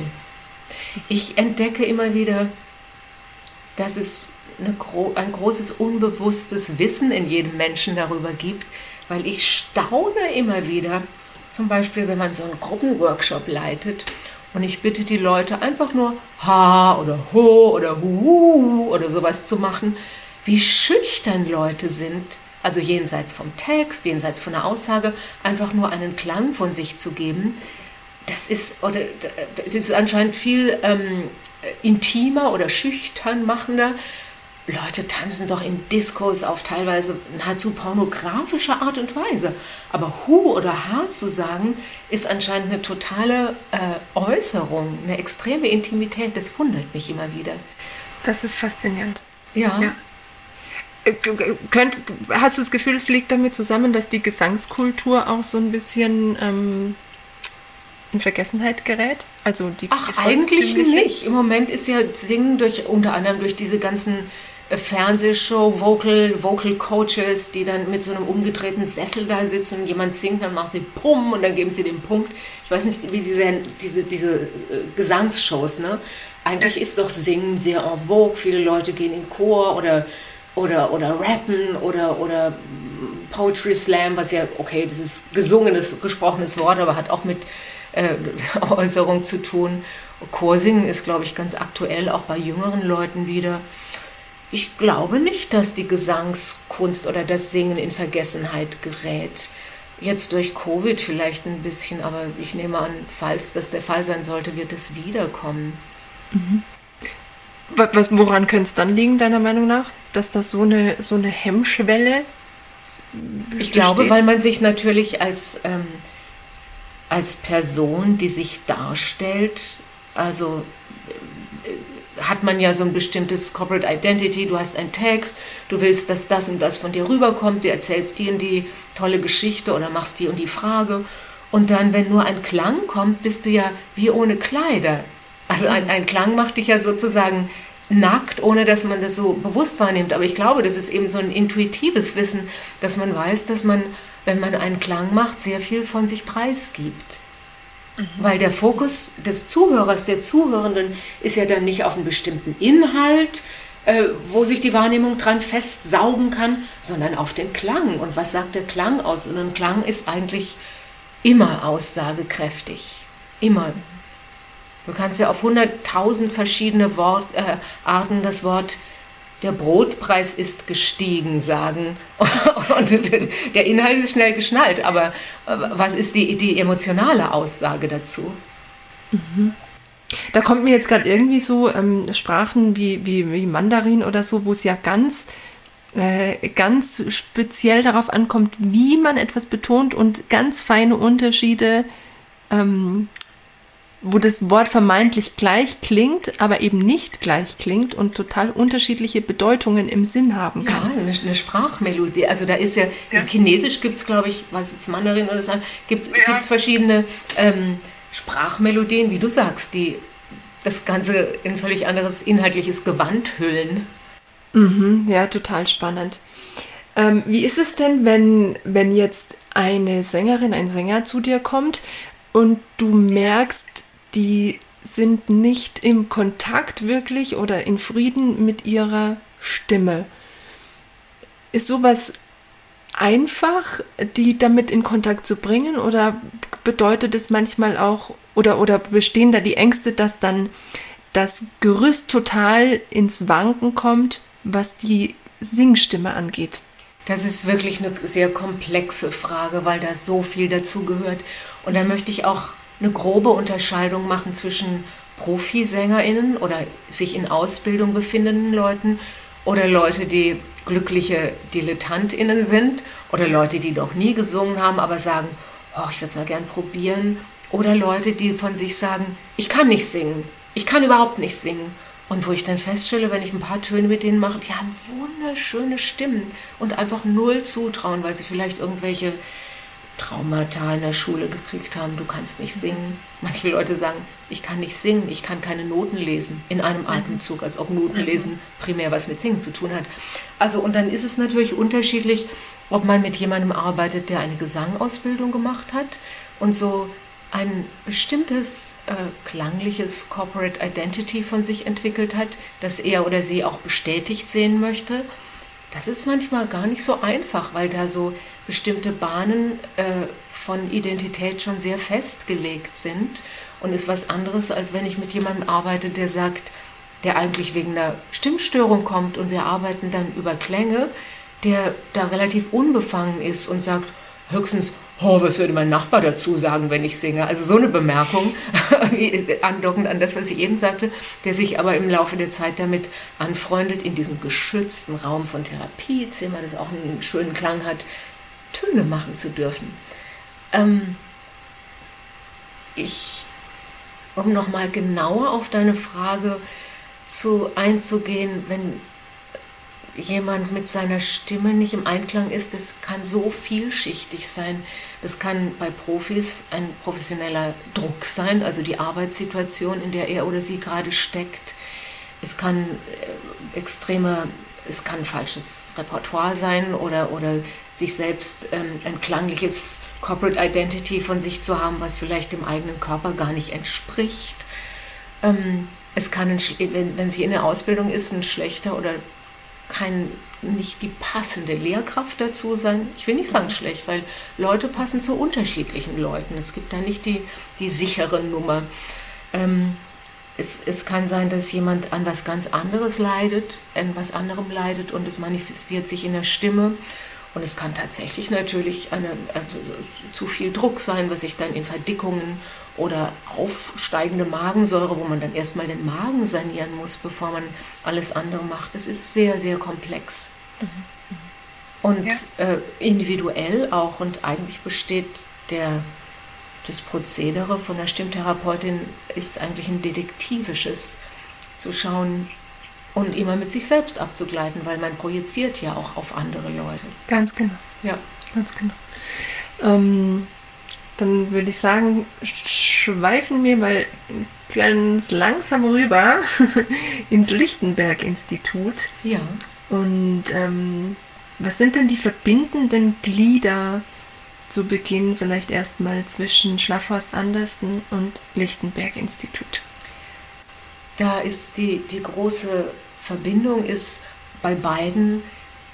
Ich entdecke immer wieder, dass es eine, ein großes unbewusstes Wissen in jedem Menschen darüber gibt, weil ich staune immer wieder, zum Beispiel, wenn man so einen Gruppenworkshop leitet und ich bitte die Leute einfach nur Ha oder Ho oder Hu oder sowas zu machen, wie schüchtern Leute sind, also jenseits vom Text, jenseits von der Aussage, einfach nur einen Klang von sich zu geben. Das ist, oder, das ist anscheinend viel ähm, intimer oder schüchtern machender, Leute tanzen doch in Diskos auf teilweise nahezu pornografische Art und Weise. Aber Hu oder Ha zu sagen, ist anscheinend eine totale äh, Äußerung, eine extreme Intimität. Das wundert mich immer wieder. Das ist faszinierend. Ja. ja. Könnt, hast du das Gefühl, es liegt damit zusammen, dass die Gesangskultur auch so ein bisschen ähm, in Vergessenheit gerät? Also die, Ach, die eigentlich nicht. Im Moment ist ja Singen durch, unter anderem durch diese ganzen äh, Fernsehshow, Vocal, Vocal Coaches, die dann mit so einem umgedrehten Sessel da sitzen und jemand singt, dann machen sie Pum und dann geben sie den Punkt. Ich weiß nicht, wie diese, diese, diese äh, Gesangsshows, ne? Eigentlich ist doch Singen sehr en vogue. Viele Leute gehen in Chor oder Oder, oder Rappen oder, oder Poetry Slam, was ja, okay, das ist gesungenes, gesprochenes Wort, aber hat auch mit äh, Äußerung zu tun. Chorsingen ist, glaube ich, ganz aktuell, auch bei jüngeren Leuten wieder. Ich glaube nicht, dass die Gesangskunst oder das Singen in Vergessenheit gerät. Jetzt durch Covid vielleicht ein bisschen, aber ich nehme an, falls das der Fall sein sollte, wird es wiederkommen. Mhm. Was, woran könnte es dann liegen, deiner Meinung nach? Dass das so eine, so eine Hemmschwelle besteht? Ich glaube, weil man sich natürlich als, ähm, als Person, die sich darstellt, also äh, hat man ja so ein bestimmtes Corporate Identity, du hast einen Text, du willst, dass das und das von dir rüberkommt, du erzählst die und die tolle Geschichte oder machst die und die Frage und dann, wenn nur ein Klang kommt, bist du ja wie ohne Kleider. Also ein, ein Klang macht dich ja sozusagen nackt, ohne dass man das so bewusst wahrnimmt. Aber ich glaube, das ist eben so ein intuitives Wissen, dass man weiß, dass man, wenn man einen Klang macht, sehr viel von sich preisgibt. Mhm. Weil der Fokus des Zuhörers, der Zuhörenden, ist ja dann nicht auf einen bestimmten Inhalt, äh, wo sich die Wahrnehmung dran festsaugen kann, sondern auf den Klang. Und was sagt der Klang aus? Und ein Klang ist eigentlich immer aussagekräftig. Immer. Du kannst ja auf hunderttausend verschiedene Wort, äh, Arten das Wort der Brotpreis ist gestiegen sagen und der Inhalt ist schnell geschnallt, aber was ist die, die emotionale Aussage dazu? Mhm. Da kommt mir jetzt gerade irgendwie so ähm, Sprachen wie, wie, wie Mandarin oder so, wo es ja ganz, äh, ganz speziell darauf ankommt, wie man etwas betont und ganz feine Unterschiede ähm, wo das Wort vermeintlich gleich klingt, aber eben nicht gleich klingt und total unterschiedliche Bedeutungen im Sinn haben kann. Ja, eine, eine Sprachmelodie. Also da ist ja, ja. in Chinesisch gibt es, glaube ich, was jetzt Mandarin oder so, gibt es ja. verschiedene ähm, Sprachmelodien, wie du sagst, die das Ganze in völlig anderes inhaltliches Gewand hüllen. Mhm, ja, total spannend. Ähm, wie ist es denn, wenn, wenn jetzt eine Sängerin, ein Sänger zu dir kommt und du merkst, die sind nicht im Kontakt wirklich oder in Frieden mit ihrer Stimme. Ist sowas einfach, die damit in Kontakt zu bringen oder bedeutet es manchmal auch oder, oder bestehen da die Ängste, dass dann das Gerüst total ins Wanken kommt, was die Singstimme angeht? Das ist wirklich eine sehr komplexe Frage, weil da so viel dazu gehört. Und da möchte ich auch eine grobe Unterscheidung machen zwischen ProfiSängerInnen oder sich in Ausbildung befindenden Leuten oder Leute, die glückliche DilettantInnen sind oder Leute, die noch nie gesungen haben, aber sagen, oh, ich würde es mal gern probieren. Oder Leute, die von sich sagen, ich kann nicht singen, ich kann überhaupt nicht singen. Und wo ich dann feststelle, wenn ich ein paar Töne mit denen mache, die haben wunderschöne Stimmen und einfach null zutrauen, weil sie vielleicht irgendwelche Traumata in der Schule gekriegt haben, du kannst nicht singen. Manche Leute sagen, ich kann nicht singen, ich kann keine Noten lesen in einem Atemzug, als ob Notenlesen primär was mit Singen zu tun hat. Also und dann ist es natürlich unterschiedlich, ob man mit jemandem arbeitet, der eine Gesangausbildung gemacht hat und so ein bestimmtes äh, klangliches Corporate Identity von sich entwickelt hat, das er oder sie auch bestätigt sehen möchte. Das ist manchmal gar nicht so einfach, weil da so bestimmte Bahnen äh, von Identität schon sehr festgelegt sind und ist was anderes, als wenn ich mit jemandem arbeite, der sagt, der eigentlich wegen einer Stimmstörung kommt und wir arbeiten dann über Klänge, der da relativ unbefangen ist und sagt höchstens, oh, was würde mein Nachbar dazu sagen, wenn ich singe? Also so eine Bemerkung, andockend an das, was ich eben sagte, der sich aber im Laufe der Zeit damit anfreundet, in diesem geschützten Raum von Therapiezimmer, das auch einen schönen Klang hat, Töne machen zu dürfen. Ähm, ich, um nochmal genauer auf deine Frage zu, einzugehen, wenn jemand mit seiner Stimme nicht im Einklang ist, das kann so vielschichtig sein. Das kann bei Profis ein professioneller Druck sein, also die Arbeitssituation, in der er oder sie gerade steckt. Es kann äh, extreme, es kann falsches Repertoire sein oder, oder sich selbst ähm, ein klangliches Corporate Identity von sich zu haben, was vielleicht dem eigenen Körper gar nicht entspricht. Ähm, es kann, ein, wenn, wenn sie in der Ausbildung ist, ein schlechter oder kein, nicht die passende Lehrkraft dazu sein. Ich will nicht sagen schlecht, weil Leute passen zu unterschiedlichen Leuten. Es gibt da nicht die, die sichere Nummer. Ähm, es, es kann sein, dass jemand an was ganz anderes leidet, an was anderem leidet und es manifestiert sich in der Stimme. Und es kann tatsächlich natürlich eine, also zu viel Druck sein, was sich dann in Verdickungen oder aufsteigende Magensäure, wo man dann erstmal den Magen sanieren muss, bevor man alles andere macht. Das ist sehr, sehr komplex. Mhm. Und ja. äh, individuell auch. Und eigentlich besteht der, das Prozedere von der Stimmtherapeutin ist eigentlich ein detektivisches, zu schauen und immer mit sich selbst abzugleiten, weil man projiziert ja auch auf andere Leute. Ganz genau. Ja. Ganz genau. Ähm, dann würde ich sagen, schweifen wir mal ganz langsam rüber ins Lichtenberg-Institut. Ja. Und ähm, was sind denn die verbindenden Glieder zu Beginn vielleicht erstmal zwischen Schlafhorst Andersen und Lichtenberg-Institut? Da ist die, die große Verbindung ist bei beiden,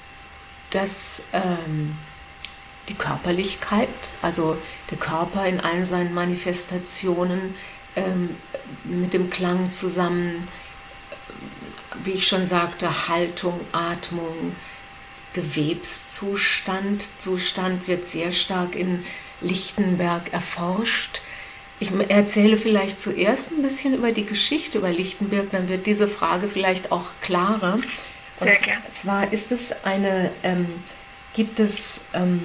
dass ähm, die Körperlichkeit, also der Körper in allen seinen Manifestationen ähm, mit dem Klang zusammen, wie ich schon sagte, Haltung, Atmung, Gewebszustand, Zustand wird sehr stark in Lichtenberg erforscht. Ich erzähle vielleicht zuerst ein bisschen über die Geschichte über Lichtenberg, dann wird diese Frage vielleicht auch klarer. Sehr Und gerne. zwar ist es eine, ähm, gibt es ähm,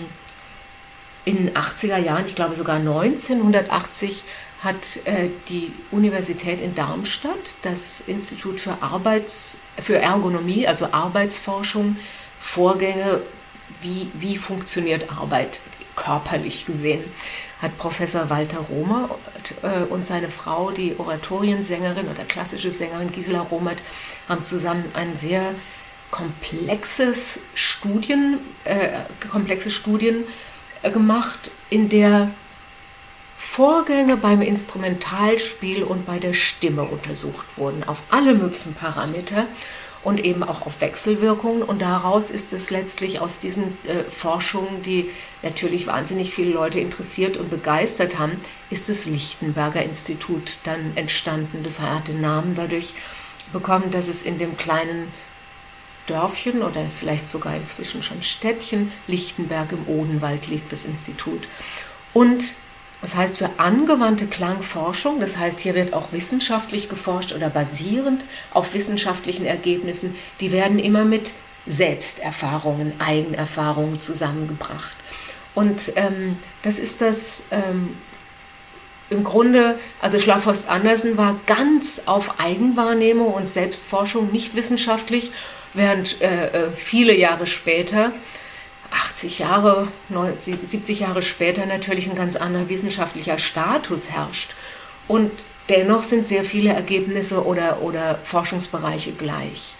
in den achtziger Jahren, ich glaube sogar neunzehnhundertachtzig, hat äh, die Universität in Darmstadt das Institut für Arbeits, für Ergonomie, also Arbeitsforschung, Vorgänge, wie, wie funktioniert Arbeit körperlich gesehen, hat Professor Walter Romert äh, und seine Frau, die Oratoriensängerin oder klassische Sängerin Gisela Romert, haben zusammen ein sehr komplexes Studien, äh, komplexe Studien äh, gemacht, in der Vorgänge beim Instrumentalspiel und bei der Stimme untersucht wurden, auf alle möglichen Parameter und eben auch auf Wechselwirkungen. Und daraus ist es letztlich aus diesen äh, Forschungen, die natürlich wahnsinnig viele Leute interessiert und begeistert haben, ist das Lichtenberger Institut dann entstanden. Das hat den Namen dadurch bekommen, dass es in dem kleinen Dörfchen oder vielleicht sogar inzwischen schon Städtchen Lichtenberg im Odenwald liegt, das Institut. Und das heißt für angewandte Klangforschung, das heißt hier wird auch wissenschaftlich geforscht oder basierend auf wissenschaftlichen Ergebnissen, die werden immer mit Selbsterfahrungen, Eigenerfahrungen zusammengebracht. Und ähm, das ist das ähm, im Grunde, also Schlafhorst Andersen war ganz auf Eigenwahrnehmung und Selbstforschung, nicht wissenschaftlich, während äh, viele Jahre später, achtzig Jahre, siebzig Jahre später natürlich ein ganz anderer wissenschaftlicher Status herrscht. Und dennoch sind sehr viele Ergebnisse oder, oder Forschungsbereiche gleich.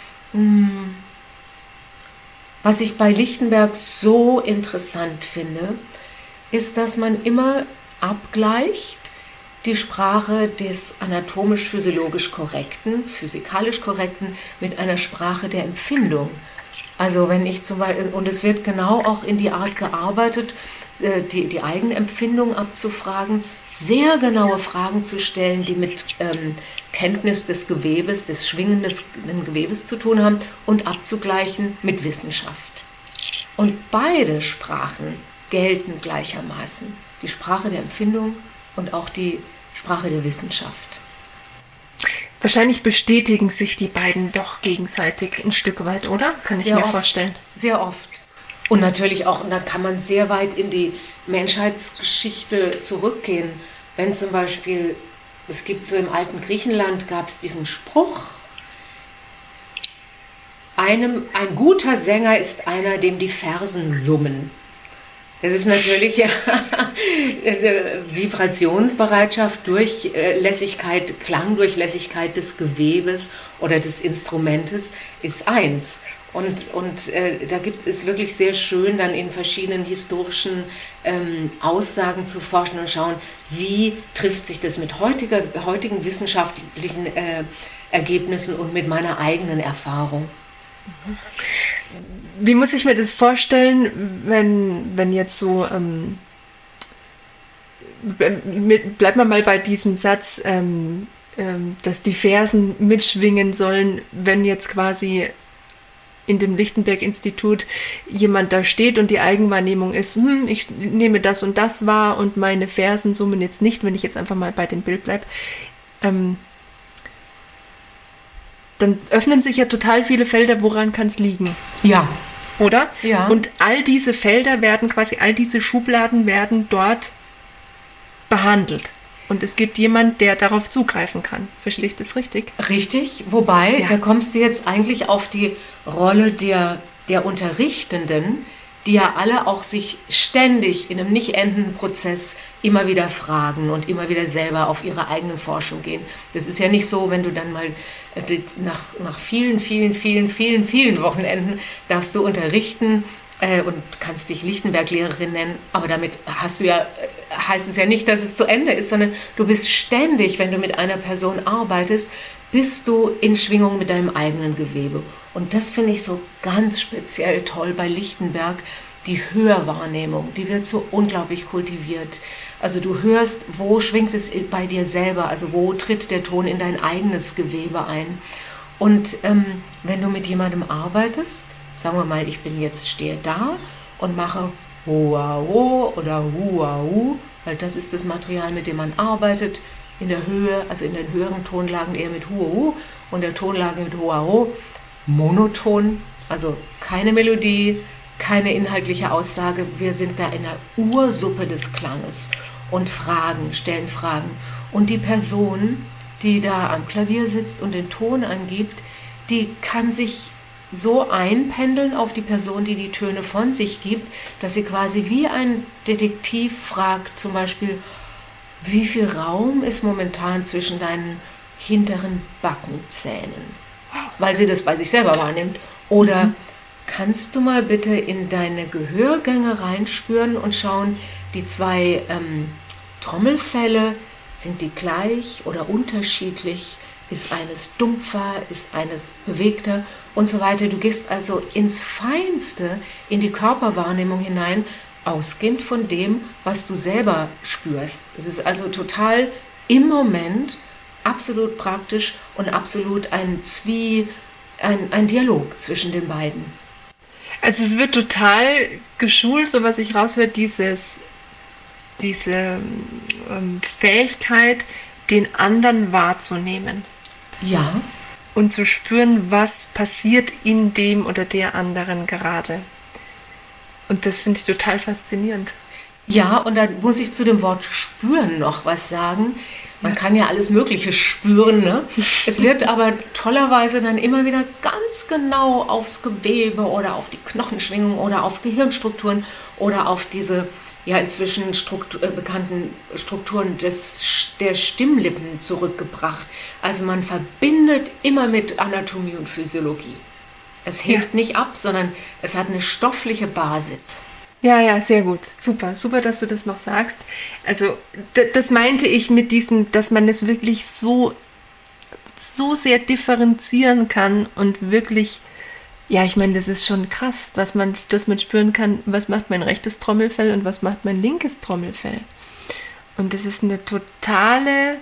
Was ich bei Lichtenberg so interessant finde, ist, dass man immer abgleicht die Sprache des anatomisch-physiologisch Korrekten, physikalisch Korrekten mit einer Sprache der Empfindung. Also wenn ich zum Beispiel, und es wird genau auch in die Art gearbeitet, die, die eigene Empfindung abzufragen, sehr genaue Fragen zu stellen, die mit ähm, Kenntnis des Gewebes, des schwingenden Gewebes zu tun haben und abzugleichen mit Wissenschaft. Und beide Sprachen gelten gleichermaßen. Die Sprache der Empfindung und auch die Sprache der Wissenschaft. Wahrscheinlich bestätigen sich die beiden doch gegenseitig ein Stück weit, oder? Kann ich Sehr mir oft, vorstellen. Sehr oft. Und natürlich auch, und da kann man sehr weit in die Menschheitsgeschichte zurückgehen. Wenn zum Beispiel, es gibt so im alten Griechenland, gab es diesen Spruch, einem, ein guter Sänger ist einer, dem die Fersen summen. Das ist natürlich ja, Vibrationsbereitschaft, Durchlässigkeit, Klangdurchlässigkeit des Gewebes oder des Instrumentes ist eins. Und, und äh, da gibt es wirklich sehr schön, dann in verschiedenen historischen ähm, Aussagen zu forschen und schauen, wie trifft sich das mit heutiger, heutigen wissenschaftlichen äh, Ergebnissen und mit meiner eigenen Erfahrung. Wie muss ich mir das vorstellen, wenn, wenn jetzt so, ähm, bleibt man mal bei diesem Satz, ähm, ähm, dass die Fersen mitschwingen sollen, wenn jetzt quasi in dem Lichtenberg-Institut jemand da steht und die Eigenwahrnehmung ist, hm, ich nehme das und das wahr und meine Fersen summen jetzt nicht, wenn ich jetzt einfach mal bei dem Bild bleibe. Ähm, dann öffnen sich ja total viele Felder, woran kann es liegen? Ja. Oder? Ja. Und all diese Felder werden quasi, all diese Schubladen werden dort behandelt. Und es gibt jemand, der darauf zugreifen kann. Verstehe ich das richtig? Richtig, wobei, ja. da kommst du jetzt eigentlich auf die Rolle der, der Unterrichtenden, die ja alle auch sich ständig in einem nicht endenden Prozess immer wieder fragen und immer wieder selber auf ihre eigene Forschung gehen. Das ist ja nicht so, wenn du dann mal nach, nach vielen, vielen, vielen, vielen, vielen Wochenenden darfst du unterrichten äh, und kannst dich Lichtenberg-Lehrerin nennen, aber damit hast du ja, heißt es ja nicht, dass es zu Ende ist, sondern du bist ständig, wenn du mit einer Person arbeitest, bist du in Schwingung mit deinem eigenen Gewebe. Und das finde ich so ganz speziell toll bei Lichtenberg, die Hörwahrnehmung, die wird so unglaublich kultiviert. Also du hörst, wo schwingt es bei dir selber, also wo tritt der Ton in dein eigenes Gewebe ein. Und ähm, wenn du mit jemandem arbeitest, sagen wir mal, ich bin jetzt, stehe da und mache Hua-Ho oder Hua-Hu, weil das ist das Material, mit dem man arbeitet, in der Höhe, also in den höheren Tonlagen eher mit Hua-Hu und der Tonlage mit Hua-Ho, monoton, also keine Melodie, keine inhaltliche Aussage, wir sind da in der Ursuppe des Klanges und Fragen, stellen Fragen. Und die Person, die da am Klavier sitzt und den Ton angibt, die kann sich so einpendeln auf die Person, die die Töne von sich gibt, dass sie quasi wie ein Detektiv fragt, zum Beispiel, wie viel Raum ist momentan zwischen deinen hinteren Backenzähnen? Weil sie das bei sich selber wahrnimmt. Oder mhm. kannst du mal bitte in deine Gehörgänge reinspüren und schauen, die zwei ähm, Trommelfelle, sind die gleich oder unterschiedlich? Ist eines dumpfer, ist eines bewegter und so weiter. Du gehst also ins Feinste, in die Körperwahrnehmung hinein, ausgehend von dem, was du selber spürst. Es ist also total im Moment absolut praktisch und absolut ein Zwie, ein, ein Dialog zwischen den beiden. Also es wird total geschult, so was ich raushöre, dieses, diese ähm, Fähigkeit, den anderen wahrzunehmen. Ja. Und zu spüren, was passiert in dem oder der anderen gerade. Und das finde ich total faszinierend. Ja, und da muss ich zu dem Wort spüren noch was sagen. Man kann ja alles Mögliche spüren, ne? Es wird aber tollerweise dann immer wieder ganz genau aufs Gewebe oder auf die Knochenschwingung oder auf Gehirnstrukturen oder auf diese ja inzwischen Struktur, äh, bekannten Strukturen des, der Stimmlippen zurückgebracht. Also man verbindet immer mit Anatomie und Physiologie. Es hebt ja. nicht ab, sondern es hat eine stoffliche Basis. Ja, ja, sehr gut. Super, super, dass du das noch sagst. Also d- das meinte ich mit diesem, dass man es wirklich so, so sehr differenzieren kann und wirklich, ja, ich meine, das ist schon krass, dass man, dass man spüren kann, was macht mein rechtes Trommelfell und was macht mein linkes Trommelfell. Und das ist eine totale,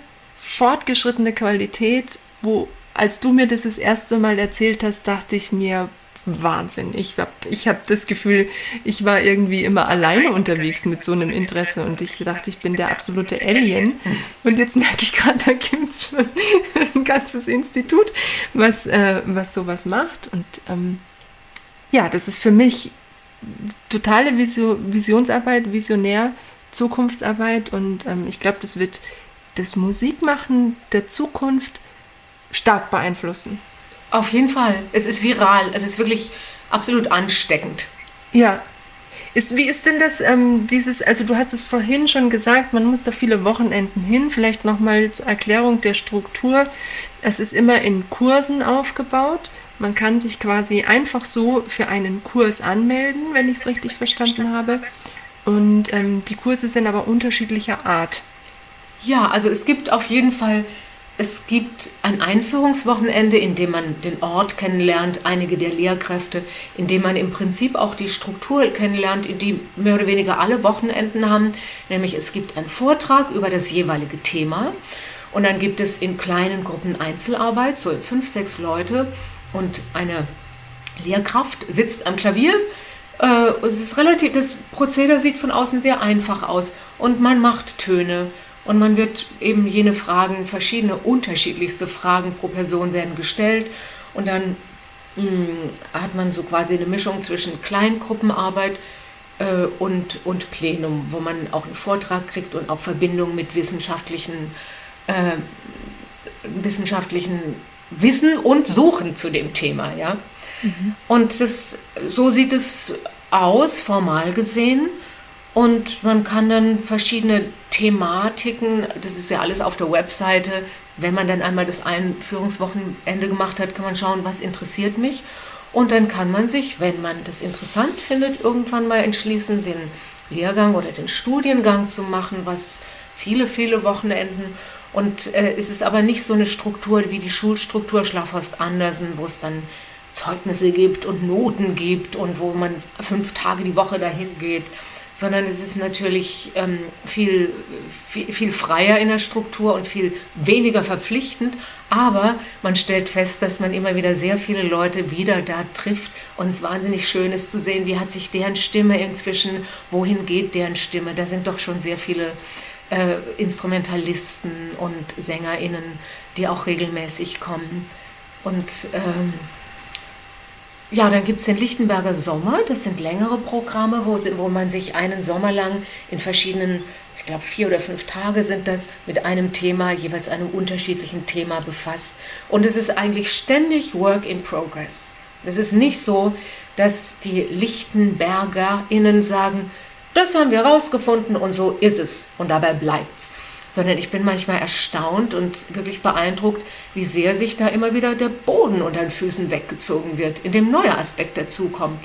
fortgeschrittene Qualität, wo, als du mir das das erste Mal erzählt hast, dachte ich mir, Wahnsinn. Ich habe ich hab das Gefühl, ich war irgendwie immer alleine unterwegs mit so einem Interesse und ich dachte, ich bin der absolute Alien. Und jetzt merke ich gerade, da gibt es schon ein ganzes Institut, was, äh, was sowas macht. Und ähm, ja, das ist für mich totale Visio- Visionsarbeit, Visionär, Zukunftsarbeit und ähm, ich glaube, das wird das Musikmachen der Zukunft stark beeinflussen. Auf jeden Fall. Es ist viral. Es ist wirklich absolut ansteckend. Ja. Ist, wie ist denn das, ähm, dieses, also du hast es vorhin schon gesagt, man muss da viele Wochenenden hin. Vielleicht nochmal zur Erklärung der Struktur. Es ist immer in Kursen aufgebaut. Man kann sich quasi einfach so für einen Kurs anmelden, wenn ich es richtig verstanden habe. Und ähm, die Kurse sind aber unterschiedlicher Art. Ja, also es gibt auf jeden Fall... Es gibt ein Einführungswochenende, in dem man den Ort kennenlernt, einige der Lehrkräfte, in dem man im Prinzip auch die Struktur kennenlernt, die mehr oder weniger alle Wochenenden haben. Nämlich es gibt einen Vortrag über das jeweilige Thema und dann gibt es in kleinen Gruppen Einzelarbeit, so fünf, sechs Leute und eine Lehrkraft sitzt am Klavier. Es ist relativ, das Prozedere sieht von außen sehr einfach aus und man macht Töne. Und man wird eben jene Fragen, verschiedene unterschiedlichste Fragen pro Person werden gestellt. Und dann mh, hat man so quasi eine Mischung zwischen Kleingruppenarbeit äh, und, und Plenum, wo man auch einen Vortrag kriegt und auch Verbindung mit wissenschaftlichen, äh, wissenschaftlichen Wissen und Suchen zu dem Thema. Ja? Mhm. Und das, so sieht es aus, formal gesehen. Und man kann dann verschiedene Thematiken, das ist ja alles auf der Webseite, wenn man dann einmal das Einführungswochenende gemacht hat, kann man schauen, was interessiert mich. Und dann kann man sich, wenn man das interessant findet, irgendwann mal entschließen, den Lehrgang oder den Studiengang zu machen, was viele, viele Wochenenden. Und äh, es ist aber nicht so eine Struktur wie die Schulstruktur Schlafhorst Andersen, wo es dann Zeugnisse gibt und Noten gibt und wo man fünf Tage die Woche dahin geht. Sondern es ist natürlich ähm, viel, viel, viel freier in der Struktur und viel weniger verpflichtend. Aber man stellt fest, dass man immer wieder sehr viele Leute wieder da trifft und es wahnsinnig schön ist zu sehen, wie hat sich deren Stimme inzwischen, wohin geht deren Stimme. Da sind doch schon sehr viele äh, Instrumentalisten und SängerInnen, die auch regelmäßig kommen. Und ähm, ja, dann gibt es den Lichtenberger Sommer, das sind längere Programme, wo, wo man sich einen Sommer lang in verschiedenen, ich glaube vier oder fünf Tage sind das, mit einem Thema, jeweils einem unterschiedlichen Thema befasst. Und es ist eigentlich ständig Work in Progress. Es ist nicht so, dass die LichtenbergerInnen sagen, das haben wir rausgefunden und so ist es und dabei bleibt's. Sondern ich bin manchmal erstaunt und wirklich beeindruckt, wie sehr sich da immer wieder der Boden unter den Füßen weggezogen wird, in dem neuer Aspekt dazukommt.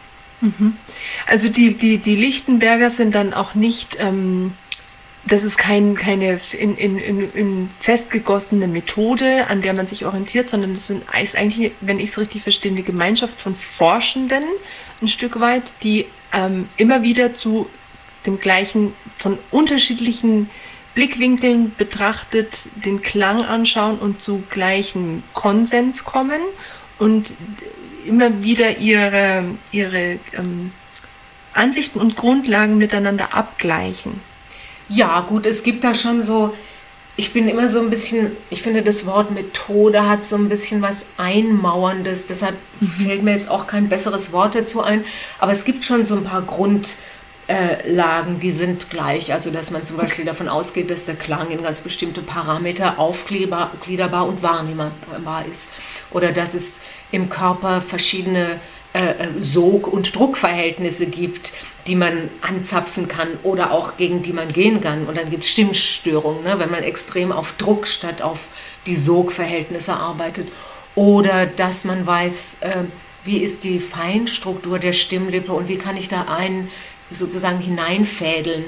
Mhm. Also die, die, die Lichtenberger sind dann auch nicht, ähm, das ist kein, keine in, in, in, in festgegossene Methode, an der man sich orientiert, sondern das sind, ist eigentlich, wenn ich es richtig verstehe, eine Gemeinschaft von Forschenden, ein Stück weit, die ähm, immer wieder zu dem gleichen, von unterschiedlichen Blickwinkeln betrachtet, den Klang anschauen und zu gleichem Konsens kommen und immer wieder ihre, ihre ähm, Ansichten und Grundlagen miteinander abgleichen. Ja, gut, es gibt da schon so, ich bin immer so ein bisschen, ich finde das Wort Methode hat so ein bisschen was Einmauerndes, deshalb mhm. fällt mir jetzt auch kein besseres Wort dazu ein, aber es gibt schon so ein paar Grund Äh, Lagen, die sind gleich. Also dass man zum Beispiel davon ausgeht, dass der Klang in ganz bestimmte Parameter aufgliederbar und wahrnehmbar ist. Oder dass es im Körper verschiedene äh, Sog- und Druckverhältnisse gibt, die man anzapfen kann oder auch gegen die man gehen kann. Und dann gibt es Stimmstörungen, ne, wenn man extrem auf Druck statt auf die Sogverhältnisse arbeitet. Oder dass man weiß, äh, wie ist die Feinstruktur der Stimmlippe und wie kann ich da ein sozusagen hineinfädeln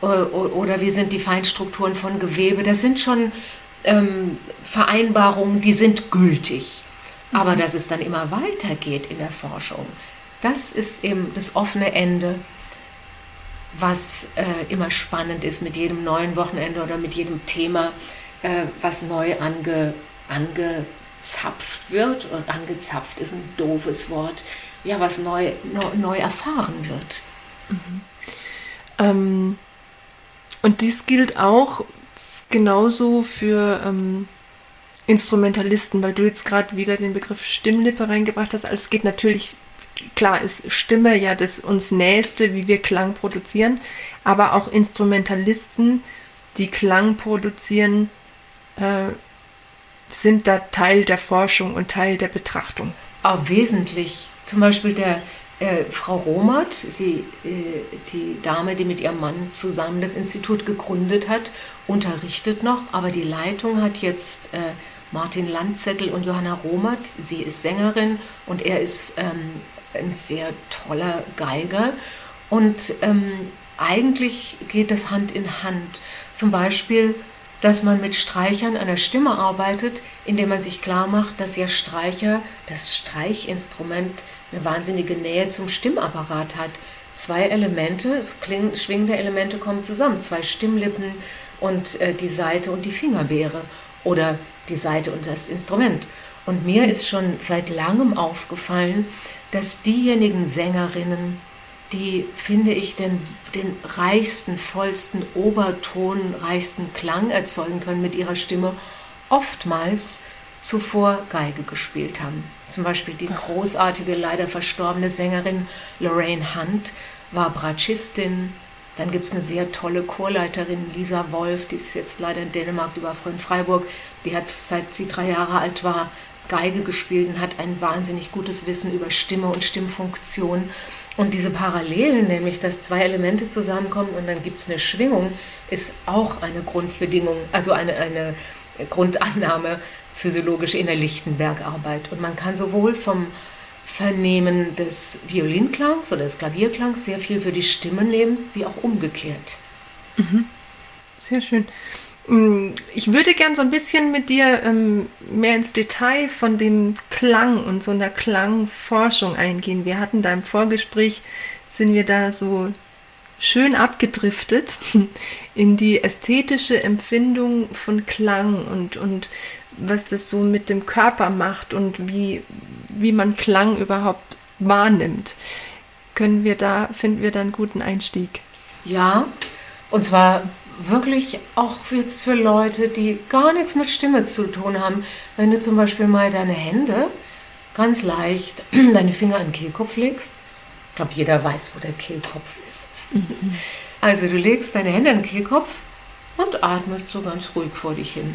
oder wie sind die Feinstrukturen von Gewebe. Das sind schon ähm, Vereinbarungen, die sind gültig. Aber mhm. dass es dann immer weitergeht in der Forschung, das ist eben das offene Ende, was äh, immer spannend ist mit jedem neuen Wochenende oder mit jedem Thema, äh, was neu ange, ange angezapft wird, und angezapft ist ein doofes Wort, ja, was neu, neu, neu erfahren wird. Mhm. Ähm, und dies gilt auch genauso für ähm, Instrumentalisten, weil du jetzt gerade wieder den Begriff Stimmlippe reingebracht hast. Also es geht natürlich, klar ist Stimme ja das uns Nächste, wie wir Klang produzieren, aber auch Instrumentalisten, die Klang produzieren, äh, sind da Teil der Forschung und Teil der Betrachtung. Auch wesentlich. Zum Beispiel der äh, Frau Romert, sie, äh, die Dame, die mit ihrem Mann zusammen das Institut gegründet hat, unterrichtet noch, aber die Leitung hat jetzt äh, Martin Landzettel und Johanna Romert. Sie ist Sängerin und er ist ähm, ein sehr toller Geiger. Und ähm, eigentlich geht das Hand in Hand. Zum Beispiel, dass man mit Streichern an der Stimme arbeitet, indem man sich klar macht, dass ja Streicher, das Streichinstrument, eine wahnsinnige Nähe zum Stimmapparat hat. Zwei Elemente, kling, schwingende Elemente kommen zusammen, zwei Stimmlippen und äh, die Saite und die Fingerbeere oder die Saite und das Instrument. Und mir ist schon seit langem aufgefallen, dass diejenigen Sängerinnen, die, finde ich, den, den reichsten, vollsten Oberton, reichsten Klang erzeugen können mit ihrer Stimme, oftmals zuvor Geige gespielt haben. Zum Beispiel die großartige, leider verstorbene Sängerin Lorraine Hunt war Bratschistin. Dann gibt es eine sehr tolle Chorleiterin, Lisa Wolf, die ist jetzt leider in Dänemark, die war früher in Freiburg. Die hat, seit sie drei Jahre alt war, Geige gespielt und hat ein wahnsinnig gutes Wissen über Stimme und Stimmfunktion. Und diese Parallelen, nämlich dass zwei Elemente zusammenkommen und dann gibt es eine Schwingung, ist auch eine Grundbedingung, also eine, eine Grundannahme physiologisch in der Lichtenberg-Arbeit. Und man kann sowohl vom Vernehmen des Violinklangs oder des Klavierklangs sehr viel für die Stimme nehmen, wie auch umgekehrt. Mhm. Sehr schön. Ich würde gern so ein bisschen mit dir ähm, mehr ins Detail von dem Klang und so einer Klangforschung eingehen. Wir hatten da im Vorgespräch, sind wir da so schön abgedriftet in die ästhetische Empfindung von Klang und, und was das so mit dem Körper macht und wie, wie man Klang überhaupt wahrnimmt. Können wir da, finden wir da einen guten Einstieg? Ja, und zwar wirklich auch jetzt für Leute, die gar nichts mit Stimme zu tun haben. Wenn du zum Beispiel mal deine Hände ganz leicht, deine Finger an den Kehlkopf legst. Ich glaube, jeder weiß, wo der Kehlkopf ist. Mhm. Also du legst deine Hände an den Kehlkopf und atmest so ganz ruhig vor dich hin.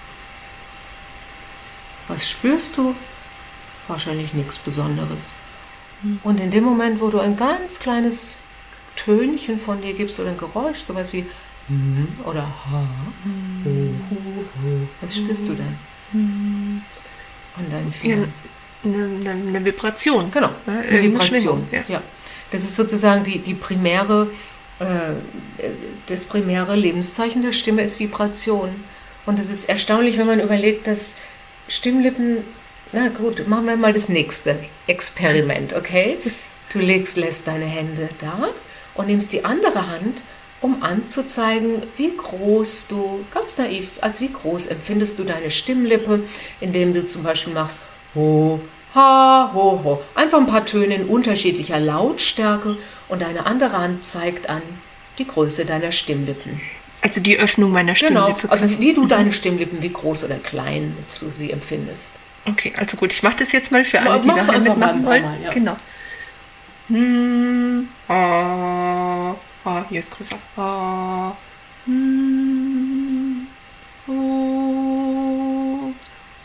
Was spürst du? Wahrscheinlich nichts Besonderes. Mhm. Und in dem Moment, wo du ein ganz kleines Tönchen von dir gibst oder ein Geräusch, sowas wie oder ha, was spürst du denn? An deinen Fingern? Eine, eine, eine Vibration. Genau, ja, eine Vibration. Ja. Ja. Das ist sozusagen die, die primäre, äh, das primäre Lebenszeichen der Stimme ist Vibration. Und es ist erstaunlich, wenn man überlegt, dass Stimmlippen, na gut, machen wir mal das nächste Experiment, okay? Du legst, lässt deine Hände da und nimmst die andere Hand, um anzuzeigen, wie groß du, ganz naiv, als wie groß empfindest du deine Stimmlippe, indem du zum Beispiel machst ho, ha, ho, ho. Einfach ein paar Töne in unterschiedlicher Lautstärke und deine andere Hand zeigt an die Größe deiner Stimmlippen. Also die Öffnung meiner Stimmlippe. Genau, also wie du deine Stimmlippen, wie groß oder klein du sie empfindest. Okay, also gut, ich mache das jetzt mal für alle, die Mach's daheim mitmachen wollen. Mal, ja. Genau. Hm, ah, ah, hier ist größer. Ah, hm, oh, ah.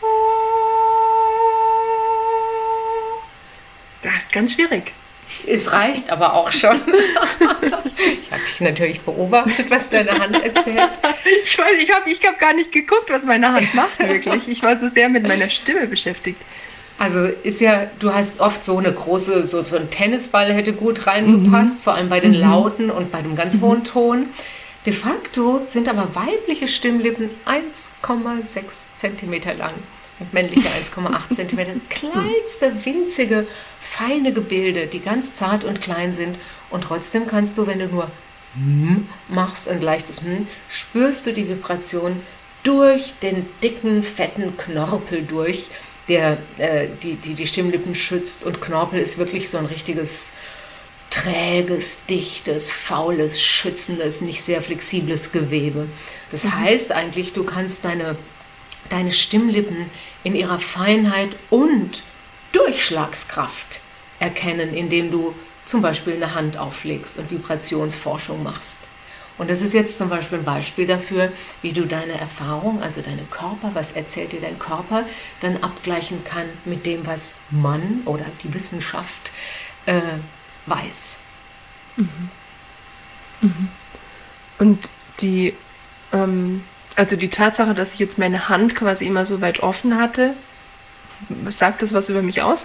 Das ist ganz schwierig. Es reicht aber auch schon. Ich habe dich natürlich beobachtet, was deine Hand erzählt. Ich weiß, ich habe ich hab gar nicht geguckt, was meine Hand macht, wirklich. Ich war so sehr mit meiner Stimme beschäftigt. Also ist ja, du hast oft so eine große, so, so ein Tennisball hätte gut reingepasst, mhm. vor allem bei den Lauten und bei dem ganz hohen Ton. De facto sind aber weibliche Stimmlippen eins Komma sechs Zentimeter lang und männliche eins Komma acht Zentimeter. Kleinste, winzige, feine Gebilde, die ganz zart und klein sind. Und trotzdem kannst du, wenn du nur machst, ein leichtes spürst du die Vibration durch den dicken, fetten Knorpel durch. der äh, die, die, die Stimmlippen schützt. Und Knorpel ist wirklich so ein richtiges träges, dichtes, faules, schützendes, nicht sehr flexibles Gewebe. Das mhm. heißt eigentlich, du kannst deine, deine Stimmlippen in ihrer Feinheit und Durchschlagskraft erkennen, indem du zum Beispiel eine Hand auflegst und Vibrationsforschung machst. Und das ist jetzt zum Beispiel ein Beispiel dafür, wie du deine Erfahrung, also deinen Körper, was erzählt dir dein Körper, dann abgleichen kann mit dem, was man oder die Wissenschaft äh, weiß. Mhm. Mhm. Und die, ähm, also die Tatsache, dass ich jetzt meine Hand quasi immer so weit offen hatte, sagt das was über mich aus?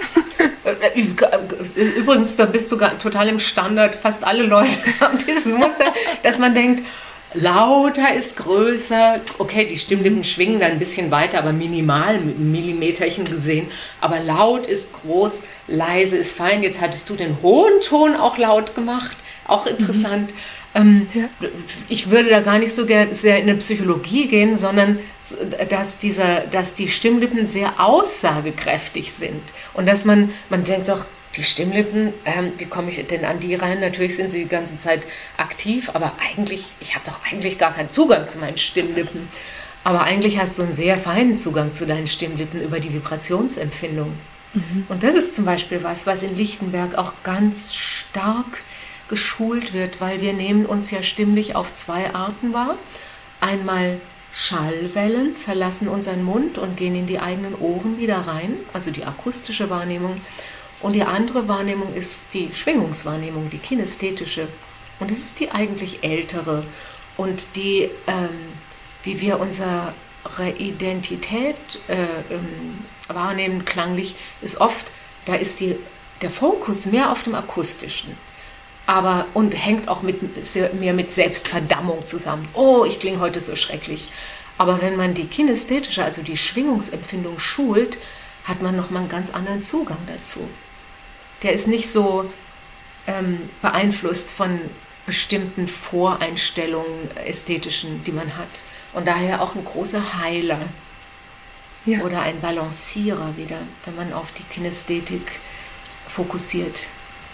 Übrigens, da bist du total im Standard. Fast alle Leute haben dieses Muster, dass man denkt, lauter ist größer. Okay, die Stimmlippen schwingen dann ein bisschen weiter, aber minimal, mit einem Millimeterchen gesehen. Aber laut ist groß, leise ist fein. Jetzt hattest du den hohen Ton auch laut gemacht. Auch interessant. Mhm. Ähm, ja. Ich würde da gar nicht so gerne sehr in eine Psychologie gehen, sondern dass, dieser, dass die Stimmlippen sehr aussagekräftig sind. Und dass man, man denkt doch, die Stimmlippen, ähm, wie komme ich denn an die rein? Natürlich sind sie die ganze Zeit aktiv, aber eigentlich, ich habe doch eigentlich gar keinen Zugang zu meinen Stimmlippen. Aber eigentlich hast du einen sehr feinen Zugang zu deinen Stimmlippen über die Vibrationsempfindung. Mhm. Und das ist zum Beispiel was, was in Lichtenberg auch ganz stark geschult wird, weil wir nehmen uns ja stimmlich auf zwei Arten wahr. Einmal Schallwellen verlassen unseren Mund und gehen in die eigenen Ohren wieder rein, also die akustische Wahrnehmung. Und die andere Wahrnehmung ist die Schwingungswahrnehmung, die kinästhetische. Und das ist die eigentlich ältere. Und die, ähm, wie wir unsere Identität äh, ähm, wahrnehmen, klanglich, ist oft, da ist die, der Fokus mehr auf dem Akustischen. Aber und hängt auch mit, mehr mit Selbstverdammung zusammen. Oh, ich klinge heute so schrecklich. Aber wenn man die kinästhetische, also die Schwingungsempfindung schult, hat man nochmal einen ganz anderen Zugang dazu. Der ist nicht so ähm, beeinflusst von bestimmten Voreinstellungen ästhetischen, die man hat. Und daher auch ein großer Heiler ja. oder ein Balancierer wieder, wenn man auf die Kinästhetik fokussiert.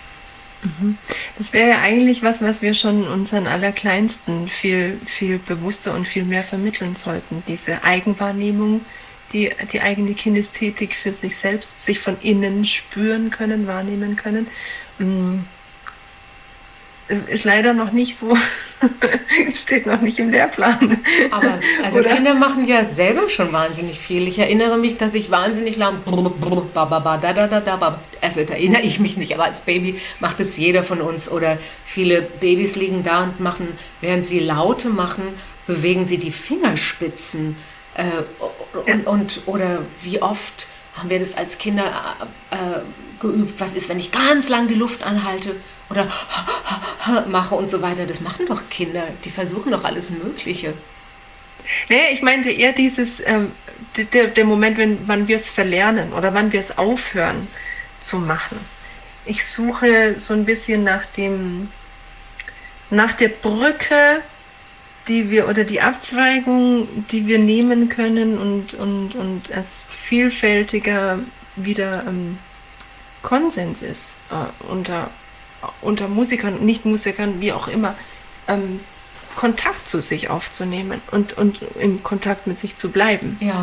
Das wäre ja eigentlich was, was wir schon unseren Allerkleinsten viel, viel bewusster und viel mehr vermitteln sollten. Diese Eigenwahrnehmung, die, die eigene Kinästhetik für sich selbst, sich von innen spüren können, wahrnehmen können. Ist leider noch nicht so, steht noch nicht im Lehrplan. Aber also Oder? Kinder machen ja selber schon wahnsinnig viel. Ich erinnere mich, dass ich wahnsinnig lang, also da erinnere ich mich nicht, aber als Baby macht es jeder von uns. Oder viele Babys liegen da und machen, während sie Laute machen, bewegen sie die Fingerspitzen. Äh, und, ja. und, oder wie oft haben wir das als Kinder äh, geübt, was ist, wenn ich ganz lang die Luft anhalte oder mache und so weiter. Das machen doch Kinder, die versuchen doch alles Mögliche. Nee, ich meinte eher dieses, ähm, der, der Moment, wenn, wann wir es verlernen oder wann wir es aufhören zu machen. Ich suche so ein bisschen nach dem, nach der Brücke, die wir oder die Abzweigung, die wir nehmen können und, und, und es vielfältiger wieder ähm, Konsens ist äh, unter, unter Musikern, Nicht-Musikern, wie auch immer, ähm, Kontakt zu sich aufzunehmen und, und im Kontakt mit sich zu bleiben. Ja.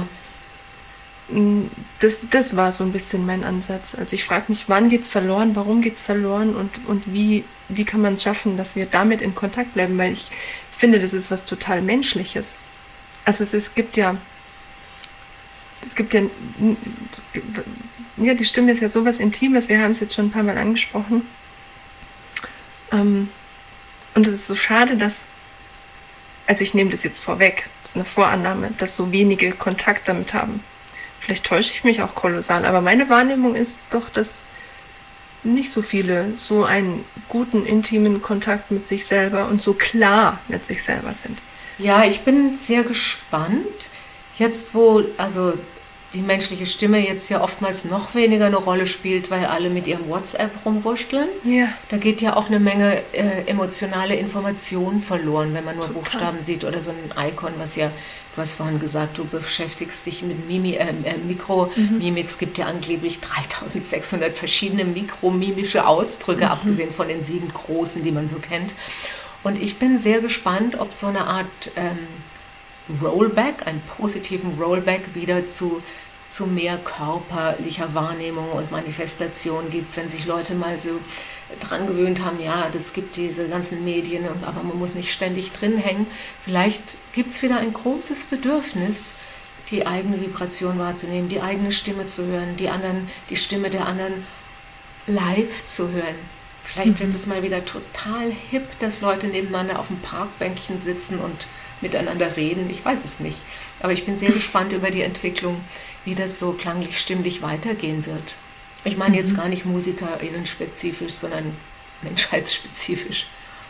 Das, das war so ein bisschen mein Ansatz. Also ich frage mich, wann geht's verloren, warum geht's verloren und, und wie, wie kann man es schaffen, dass wir damit in Kontakt bleiben, weil ich finde, das ist was total Menschliches. Also es, es gibt ja, es gibt ja, ja, die Stimme ist ja sowas Intimes, wir haben es jetzt schon ein paar Mal angesprochen. Ähm, und es ist so schade, dass, also ich nehme das jetzt vorweg, das ist eine Vorannahme, dass so wenige Kontakt damit haben. Vielleicht täusche ich mich auch kolossal, aber meine Wahrnehmung ist doch, dass nicht so viele so einen guten, intimen Kontakt mit sich selber und so klar mit sich selber sind. Ja, ich bin sehr gespannt, jetzt wo, also die menschliche Stimme jetzt ja oftmals noch weniger eine Rolle spielt, weil alle mit ihrem WhatsApp rumwurschteln. Ja. Da geht ja auch eine Menge äh, emotionale Information verloren, wenn man nur Total. Buchstaben sieht oder so ein Icon, was ja, du hast vorhin gesagt, du beschäftigst dich mit Mimi, äh, äh, Mikromimik. Es gibt ja angeblich dreitausendsechshundert verschiedene mikromimische Ausdrücke, mhm. abgesehen von den sieben großen, die man so kennt. Und ich bin sehr gespannt, ob so eine Art ähm, Rollback, einen positiven Rollback wieder zu, zu mehr körperlicher Wahrnehmung und Manifestation gibt, wenn sich Leute mal so dran gewöhnt haben, ja, das gibt diese ganzen Medien, und, aber man muss nicht ständig drin hängen. Vielleicht gibt es wieder ein großes Bedürfnis, die eigene Vibration wahrzunehmen, die eigene Stimme zu hören, die anderen, die Stimme der anderen live zu hören. Vielleicht mhm. wird es mal wieder total hip, dass Leute nebeneinander auf dem Parkbänkchen sitzen und miteinander reden, ich weiß es nicht. Aber ich bin sehr gespannt über die Entwicklung, wie das so klanglich, stimmlich weitergehen wird. Ich meine jetzt gar nicht musikerinnen-spezifisch, sondern menschheitsspezifisch.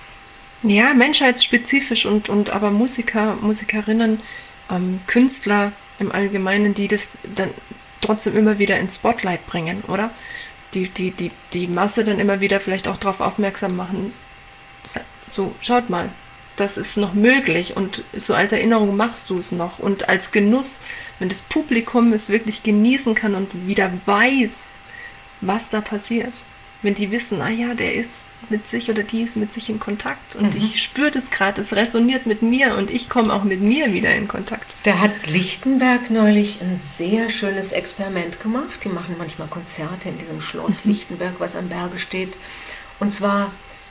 Ja, menschheitsspezifisch und, und aber Musiker, Musikerinnen, ähm, Künstler im Allgemeinen, die das dann trotzdem immer wieder ins Spotlight bringen, oder? Die, die, die, die Masse dann immer wieder vielleicht auch darauf aufmerksam machen, so, schaut mal, das ist noch möglich und so als Erinnerung machst du es noch und als Genuss, wenn das Publikum es wirklich genießen kann und wieder weiß, was da passiert. Wenn die wissen, ah ja, der ist mit sich oder die ist mit sich in Kontakt und mhm. ich spüre das gerade, es resoniert mit mir und ich komme auch mit mir wieder in Kontakt. Da hat Lichtenberg neulich ein sehr schönes Experiment gemacht. Die machen manchmal Konzerte in diesem Schloss mhm. Lichtenberg, was am Berge steht. Und zwar,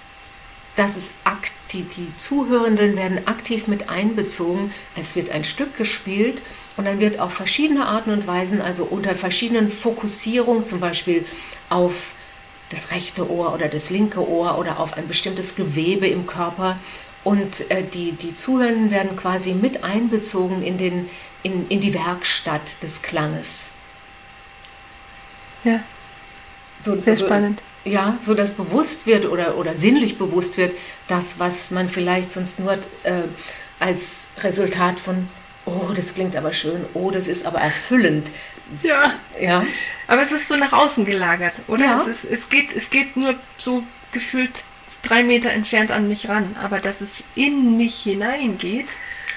dass es akt, die, die Zuhörenden werden aktiv mit einbezogen. Es wird ein Stück gespielt und dann wird auf verschiedene Arten und Weisen, also unter verschiedenen Fokussierungen, zum Beispiel auf das rechte Ohr oder das linke Ohr oder auf ein bestimmtes Gewebe im Körper. Und äh, die, die Zuhörenden werden quasi mit einbezogen in, den, in, in die Werkstatt des Klanges. Ja, so, sehr so, spannend. Ja, so dass bewusst wird oder, oder sinnlich bewusst wird, das, was man vielleicht sonst nur äh, als Resultat von, oh, das klingt aber schön, oh, das ist aber erfüllend. Ja. Ja. Aber es ist so nach außen gelagert, oder? Ja. Es, ist, es, geht, es geht nur so gefühlt drei Meter entfernt an mich ran, aber dass es in mich hineingeht,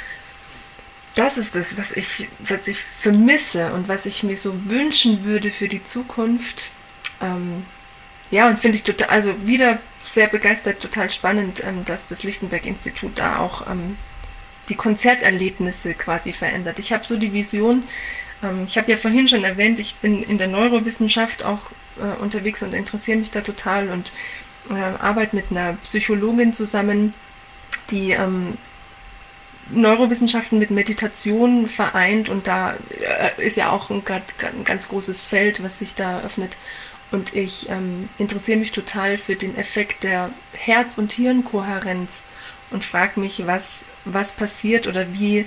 das ist das, was ich, was ich vermisse und was ich mir so wünschen würde für die Zukunft. Ähm, ja, und finde ich total, also wieder sehr begeistert, total spannend, ähm, dass das Lichtenberg-Institut da auch ähm, die Konzerterlebnisse quasi verändert. Ich habe so die Vision, ähm, ich habe ja vorhin schon erwähnt, ich bin in der Neurowissenschaft auch äh, unterwegs und interessiere mich da total und äh, arbeite mit einer Psychologin zusammen, die ähm, Neurowissenschaften mit Meditation vereint und da äh, ist ja auch ein, ein ganz großes Feld, was sich da öffnet. Und ich ähm, interessiere mich total für den Effekt der Herz- und Hirnkohärenz und frage mich, was, was passiert oder wie,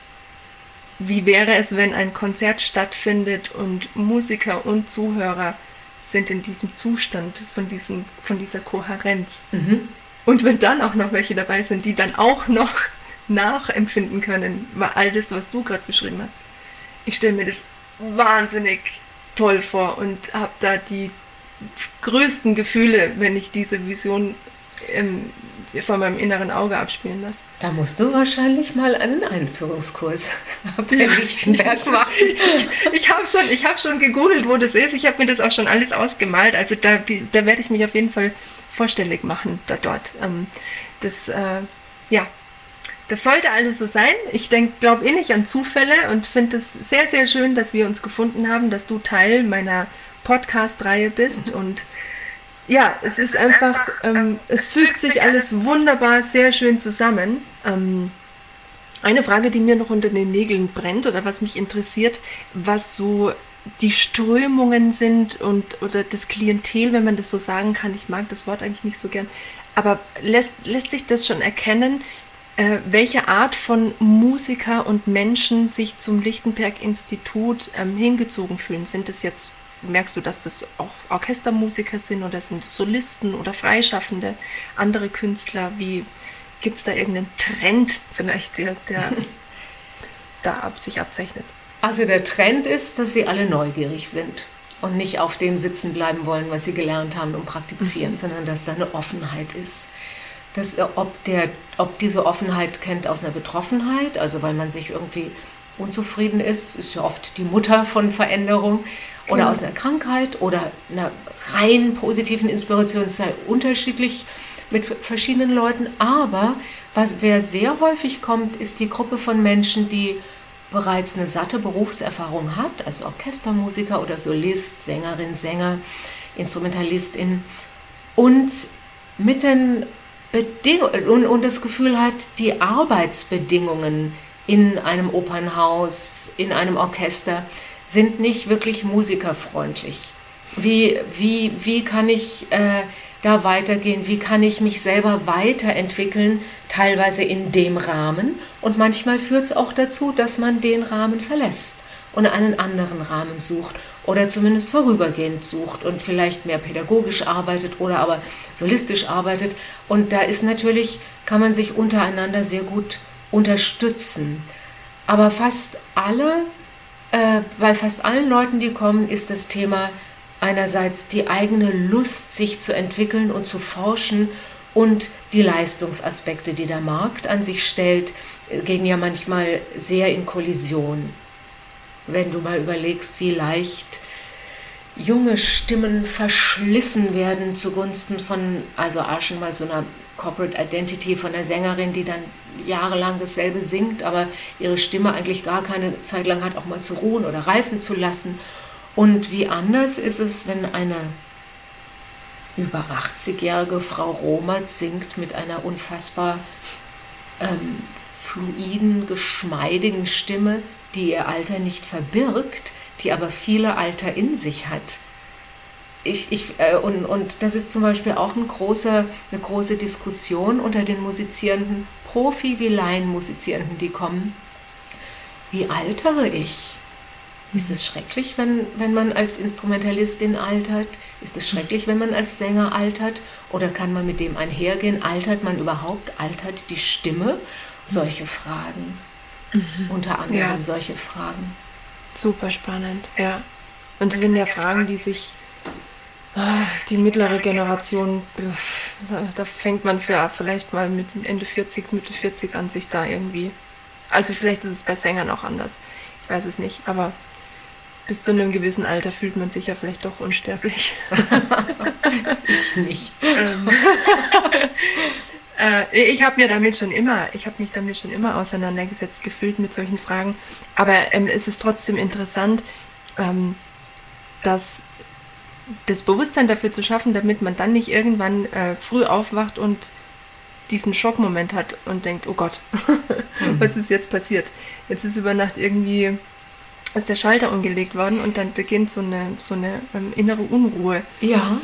wie wäre es, wenn ein Konzert stattfindet und Musiker und Zuhörer sind in diesem Zustand von, diesem, von dieser Kohärenz. Mhm. Und wenn dann auch noch welche dabei sind, die dann auch noch nachempfinden können, war all das, was du gerade beschrieben hast. Ich stelle mir das wahnsinnig toll vor und habe da die größten Gefühle, wenn ich diese Vision im, vor meinem inneren Auge abspielen lasse. Da musst du wahrscheinlich mal einen Einführungskurs bei Lichtenberg machen. ich ich habe schon, ich hab schon gegoogelt, wo das ist. Ich habe mir das auch schon alles ausgemalt. Also da, die, da werde ich mich auf jeden Fall vorstellig machen, da dort. Ähm, das, äh, ja, das sollte alles so sein. Ich glaube eh nicht an Zufälle und finde es sehr, sehr schön, dass wir uns gefunden haben, dass du Teil meiner Podcast-Reihe bist. Mhm. Und ja, es ist einfach, ähm, es fügt sich alles wunderbar, sehr schön zusammen. Ähm, eine Frage, die mir noch unter den Nägeln brennt oder was mich interessiert, was so die Strömungen sind und oder das Klientel, wenn man das so sagen kann. Ich mag das Wort eigentlich nicht so gern. Aber lässt, lässt sich das schon erkennen, Äh, welche Art von Musiker und Menschen sich zum Lichtenberg-Institut ähm, hingezogen fühlen? Sind es jetzt, merkst du, dass das auch Orchestermusiker sind oder sind es Solisten oder Freischaffende, andere Künstler? Wie gibt es da irgendeinen Trend vielleicht, der, der da ab sich abzeichnet? Also der Trend ist, dass sie alle neugierig sind und nicht auf dem sitzen bleiben wollen, was sie gelernt haben und praktizieren, mhm. sondern dass da eine Offenheit ist. Dass, ob, der, ob diese Offenheit kennt aus einer Betroffenheit, also weil man sich irgendwie unzufrieden ist, ist ja oft die Mutter von Veränderung, oder genau. aus einer Krankheit oder einer rein positiven Inspiration, es sei unterschiedlich mit verschiedenen Leuten, aber was wer sehr häufig kommt, ist die Gruppe von Menschen, die bereits eine satte Berufserfahrung hat, als Orchestermusiker oder Solist, Sängerin, Sänger, Instrumentalistin und mit den Bedingungen und, und das Gefühl hat, die Arbeitsbedingungen in einem Opernhaus, in einem Orchester sind nicht wirklich musikerfreundlich. Wie, wie, wie kann ich äh, da weitergehen? Wie kann ich mich selber weiterentwickeln? Teilweise in dem Rahmen. Und manchmal führt es auch dazu, dass man den Rahmen verlässt und einen anderen Rahmen sucht oder zumindest vorübergehend sucht und vielleicht mehr pädagogisch arbeitet oder aber solistisch arbeitet. Und da ist natürlich, kann man sich untereinander sehr gut unterstützen. Aber fast alle, äh, bei fast allen Leuten, die kommen, ist das Thema einerseits die eigene Lust, sich zu entwickeln und zu forschen und die Leistungsaspekte, die der Markt an sich stellt, gehen ja manchmal sehr in Kollision. Wenn du mal überlegst, wie leicht junge Stimmen verschlissen werden zugunsten von, also auch schon mal so einer Corporate Identity von der Sängerin, die dann jahrelang dasselbe singt, aber ihre Stimme eigentlich gar keine Zeit lang hat, auch mal zu ruhen oder reifen zu lassen. Und wie anders ist es, wenn eine über achtzigjährige Frau Rohmert singt mit einer unfassbar ähm, fluiden, geschmeidigen Stimme, die ihr Alter nicht verbirgt, die aber viele Alter in sich hat. Ich, ich, äh, und, und das ist zum Beispiel auch ein großer, eine große Diskussion unter den Musizierenden, Profi- wie Laienmusizierenden, die kommen. Wie altere ich? Ist es schrecklich, wenn, wenn man als Instrumentalistin altert? Ist es schrecklich, wenn man als Sänger altert? Oder kann man mit dem einhergehen? Altert man überhaupt? Altert die Stimme? Solche Fragen. Mhm. Unter anderem ja. solche Fragen. Super spannend, ja. Und das sind ja Fragen, die sich die mittlere Generation, da fängt man für vielleicht mal mit Ende vierzig, Mitte vierzig an, sich da irgendwie, also vielleicht ist es bei Sängern auch anders, ich weiß es nicht, aber bis zu einem gewissen Alter fühlt man sich ja vielleicht doch unsterblich. Ich nicht. Ich habe mir damit schon immer, ich habe mich damit schon immer auseinandergesetzt gefühlt mit solchen Fragen, aber ähm, es ist trotzdem interessant, ähm, dass das Bewusstsein dafür zu schaffen, damit man dann nicht irgendwann äh, früh aufwacht und diesen Schockmoment hat und denkt, oh Gott, mhm. was ist jetzt passiert? Jetzt ist über Nacht irgendwie ist der Schalter umgelegt worden und dann beginnt so eine, so eine ähm, innere Unruhe. Ja.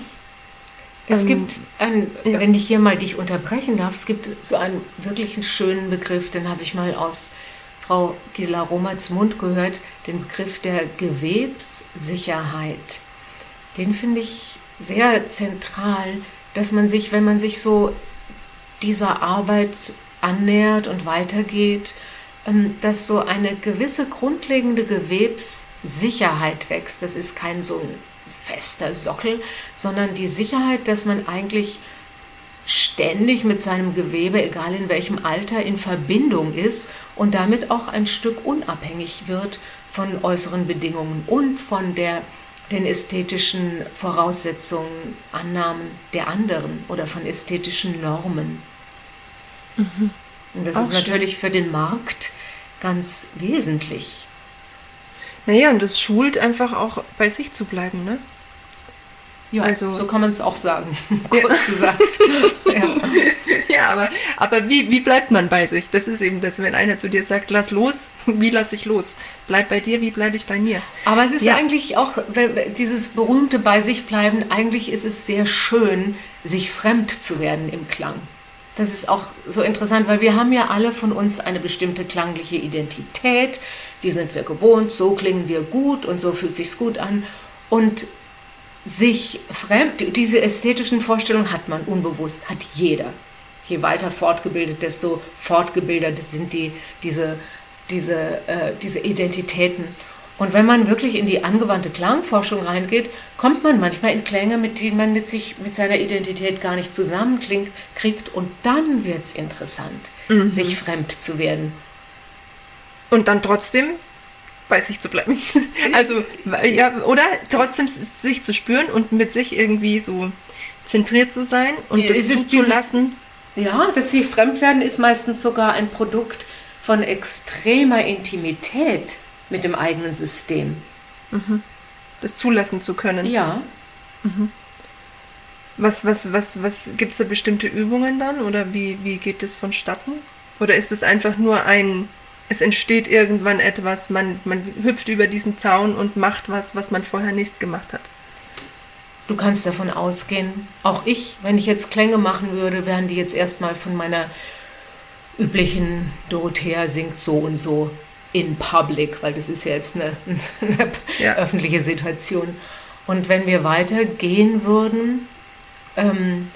Es ähm, gibt, ein, ja. wenn ich hier mal dich unterbrechen darf, es gibt so einen wirklich schönen Begriff, den habe ich mal aus Frau Gisela Rohmerts Mund gehört, den Begriff der Gewebssicherheit. Den finde ich sehr zentral, dass man sich, wenn man sich so dieser Arbeit annähert und weitergeht, dass so eine gewisse grundlegende Gewebssicherheit wächst. Das ist kein so ein fester Sockel, sondern die Sicherheit, dass man eigentlich ständig mit seinem Gewebe, egal in welchem Alter, in Verbindung ist und damit auch ein Stück unabhängig wird von äußeren Bedingungen und von der den ästhetischen Voraussetzungen, Annahmen der anderen oder von ästhetischen Normen. Mhm. Und das auch ist natürlich schön. Für den Markt ganz wesentlich. Naja, und das schult einfach auch bei sich zu bleiben, ne? Ja, also, so kann man es auch sagen, kurz ja. gesagt. ja, ja aber, aber wie, wie bleibt man bei sich? Das ist eben das, wenn einer zu dir sagt, lass los, wie lasse ich los? Bleib bei dir, wie bleibe ich bei mir? Aber es ist ja. eigentlich auch, dieses berühmte bei sich bleiben, eigentlich ist es sehr schön, sich fremd zu werden im Klang. Das ist auch so interessant, weil wir haben ja alle von uns eine bestimmte klangliche Identität, die sind wir gewohnt, so klingen wir gut und so fühlt sich's gut an. Und sich fremd, diese ästhetischen Vorstellungen hat man unbewusst, hat jeder. Je weiter fortgebildet, desto fortgebildeter sind die, diese diese, äh, diese Identitäten. Und wenn man wirklich in die angewandte Klangforschung reingeht, kommt man manchmal in Klänge, mit denen man mit sich, mit seiner Identität gar nicht zusammenkriegt. Und dann wird es interessant, mhm. sich fremd zu werden. Und dann trotzdem bei sich zu bleiben. Also, ja, oder trotzdem sich zu spüren und mit sich irgendwie so zentriert zu sein und das zuzulassen. Ja, das sich Fremdwerden ist meistens sogar ein Produkt von extremer Intimität mit dem eigenen System. Mhm. Das zulassen zu können. Ja. Mhm. Was, was, was, was gibt es da bestimmte Übungen dann? Oder wie, wie geht das vonstatten? Oder ist es einfach nur ein, es entsteht irgendwann etwas, man, man hüpft über diesen Zaun und macht was, was man vorher nicht gemacht hat? Du kannst davon ausgehen, auch ich, wenn ich jetzt Klänge machen würde, wären die jetzt erstmal von meiner üblichen Dorothea singt so und so in public, weil das ist ja jetzt eine, eine ja. öffentliche Situation. Und wenn wir weitergehen würden, ähm,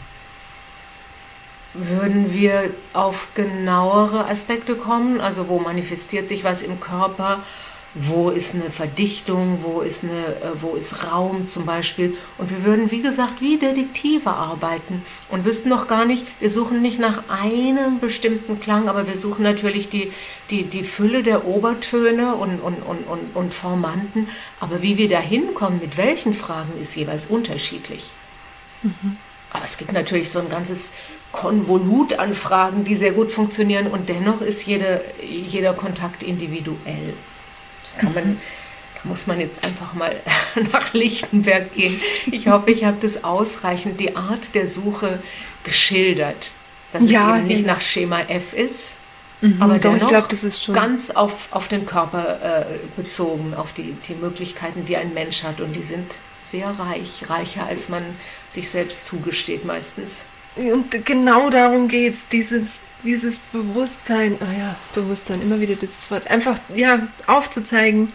würden wir auf genauere Aspekte kommen, also wo manifestiert sich was im Körper, wo ist eine Verdichtung, wo ist, eine, wo ist Raum zum Beispiel. Und wir würden, wie gesagt, wie Detektive arbeiten und wüssten noch gar nicht, wir suchen nicht nach einem bestimmten Klang, aber wir suchen natürlich die, die, die Fülle der Obertöne und, und, und, und, und Formanten. Aber wie wir da hinkommen, mit welchen Fragen, ist jeweils unterschiedlich. Mhm. Aber es gibt natürlich so ein ganzes Konvolut an Fragen, die sehr gut funktionieren und dennoch ist jede, jeder Kontakt individuell. Das kann man, da muss man jetzt einfach mal nach Lichtenberg gehen. Ich hoffe, ich habe das ausreichend, die Art der Suche geschildert. Dass ja, es eben nicht ja. nach Schema F ist, mhm, aber doch, dennoch ich glaub, das ist schon ganz auf, auf den Körper äh, bezogen, auf die, die Möglichkeiten, die ein Mensch hat. Und die sind sehr reich, reicher, als man sich selbst zugesteht meistens. Und genau darum geht es, dieses, dieses Bewusstsein, ah ja, Bewusstsein, immer wieder das Wort, einfach ja, aufzuzeigen,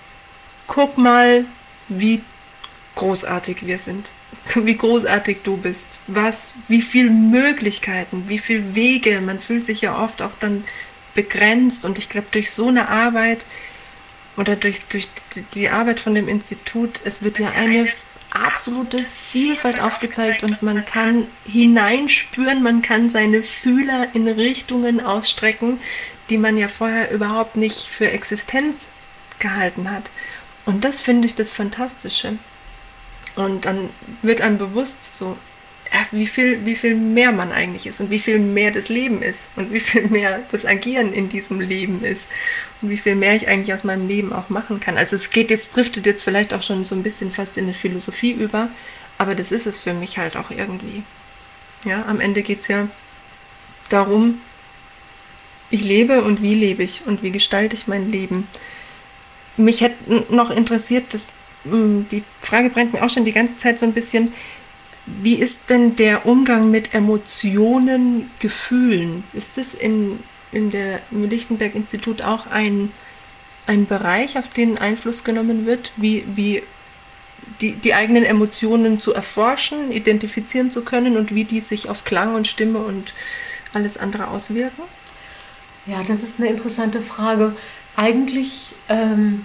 guck mal, wie großartig wir sind, wie großartig du bist, was, wie viele Möglichkeiten, wie viele Wege, man fühlt sich ja oft auch dann begrenzt und ich glaube, durch so eine Arbeit oder durch, durch die Arbeit von dem Institut, es wird ja eine absolute Vielfalt aufgezeigt und man kann hineinspüren, man kann seine Fühler in Richtungen ausstrecken, die man ja vorher überhaupt nicht für Existenz gehalten hat. Und das finde ich das Fantastische. Und dann wird einem bewusst, so, ja, wie viel, wie viel mehr man eigentlich ist und wie viel mehr das Leben ist und wie viel mehr das Agieren in diesem Leben ist und wie viel mehr ich eigentlich aus meinem Leben auch machen kann. Also es geht jetzt, driftet jetzt vielleicht auch schon so ein bisschen fast in eine Philosophie über, aber das ist es für mich halt auch irgendwie. Ja, am Ende geht es ja darum, ich lebe und wie lebe ich und wie gestalte ich mein Leben. Mich hätte noch interessiert, das, die Frage brennt mir auch schon die ganze Zeit so ein bisschen, wie ist denn der Umgang mit Emotionen, Gefühlen? Ist das in, in der, im Lichtenberg-Institut auch ein, ein Bereich, auf den Einfluss genommen wird, wie, wie die, die eigenen Emotionen zu erforschen, identifizieren zu können und wie die sich auf Klang und Stimme und alles andere auswirken? Ja, das ist eine interessante Frage. Eigentlich, ähm,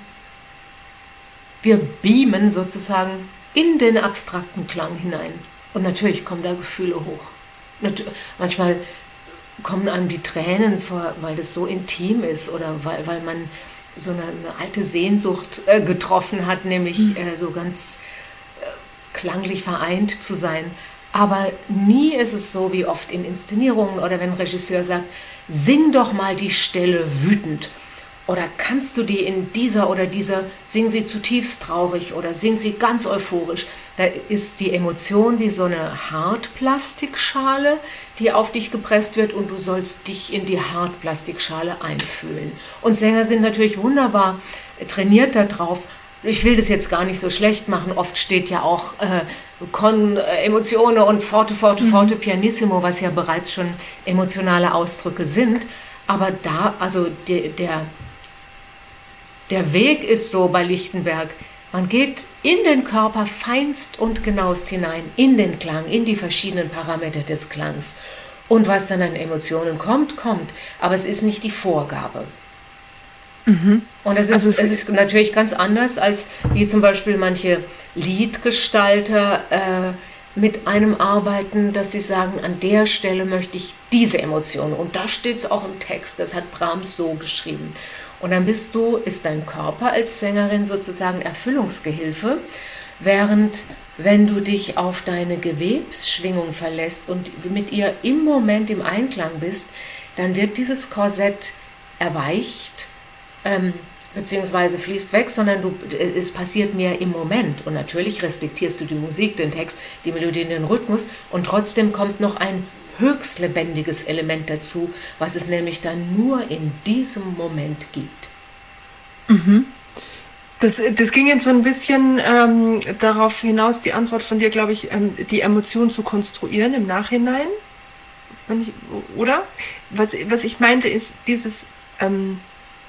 wir beamen sozusagen in den abstrakten Klang hinein. Und natürlich kommen da Gefühle hoch. Nat- manchmal kommen einem die Tränen vor, weil das so intim ist oder weil, weil man so eine, eine alte Sehnsucht äh, getroffen hat, nämlich mhm. äh, so ganz äh, klanglich vereint zu sein. Aber nie ist es so wie oft in Inszenierungen oder wenn ein Regisseur sagt, sing doch mal die Stelle wütend. Oder kannst du die in dieser oder dieser, sing sie zutiefst traurig oder sing sie ganz euphorisch. Da ist die Emotion wie so eine Hartplastikschale, die auf dich gepresst wird und du sollst dich in die Hartplastikschale einfühlen. Und Sänger sind natürlich wunderbar trainiert darauf. Ich will das jetzt gar nicht so schlecht machen. Oft steht ja auch äh, Con, äh, Emotionen und Forte, Forte, mhm. Forte, Pianissimo, was ja bereits schon emotionale Ausdrücke sind. Aber da, also der, der Der Weg ist so bei Lichtenberg, man geht in den Körper feinst und genauest hinein, in den Klang, in die verschiedenen Parameter des Klangs. Und was dann an Emotionen kommt, kommt. Aber es ist nicht die Vorgabe. Mhm. Und es ist, also es, es ist natürlich ganz anders, als wie zum Beispiel manche Liedgestalter äh, mit einem arbeiten, dass sie sagen, an der Stelle möchte ich diese Emotion. Und da steht es auch im Text, das hat Brahms so geschrieben. Und dann bist du, ist dein Körper als Sängerin sozusagen Erfüllungsgehilfe, während wenn du dich auf deine Gewebsschwingung verlässt und mit ihr im Moment im Einklang bist, dann wird dieses Korsett erweicht, ähm, beziehungsweise fließt weg, sondern du, es passiert mehr im Moment. Und natürlich respektierst du die Musik, den Text, die Melodie, den Rhythmus und trotzdem kommt noch ein höchst lebendiges Element dazu, was es nämlich dann nur in diesem Moment gibt. Mhm. Das, das ging jetzt so ein bisschen ähm, darauf hinaus, die Antwort von dir, glaube ich, ähm, die Emotion zu konstruieren im Nachhinein. Ich, oder? Was, was ich meinte, ist dieses, ähm,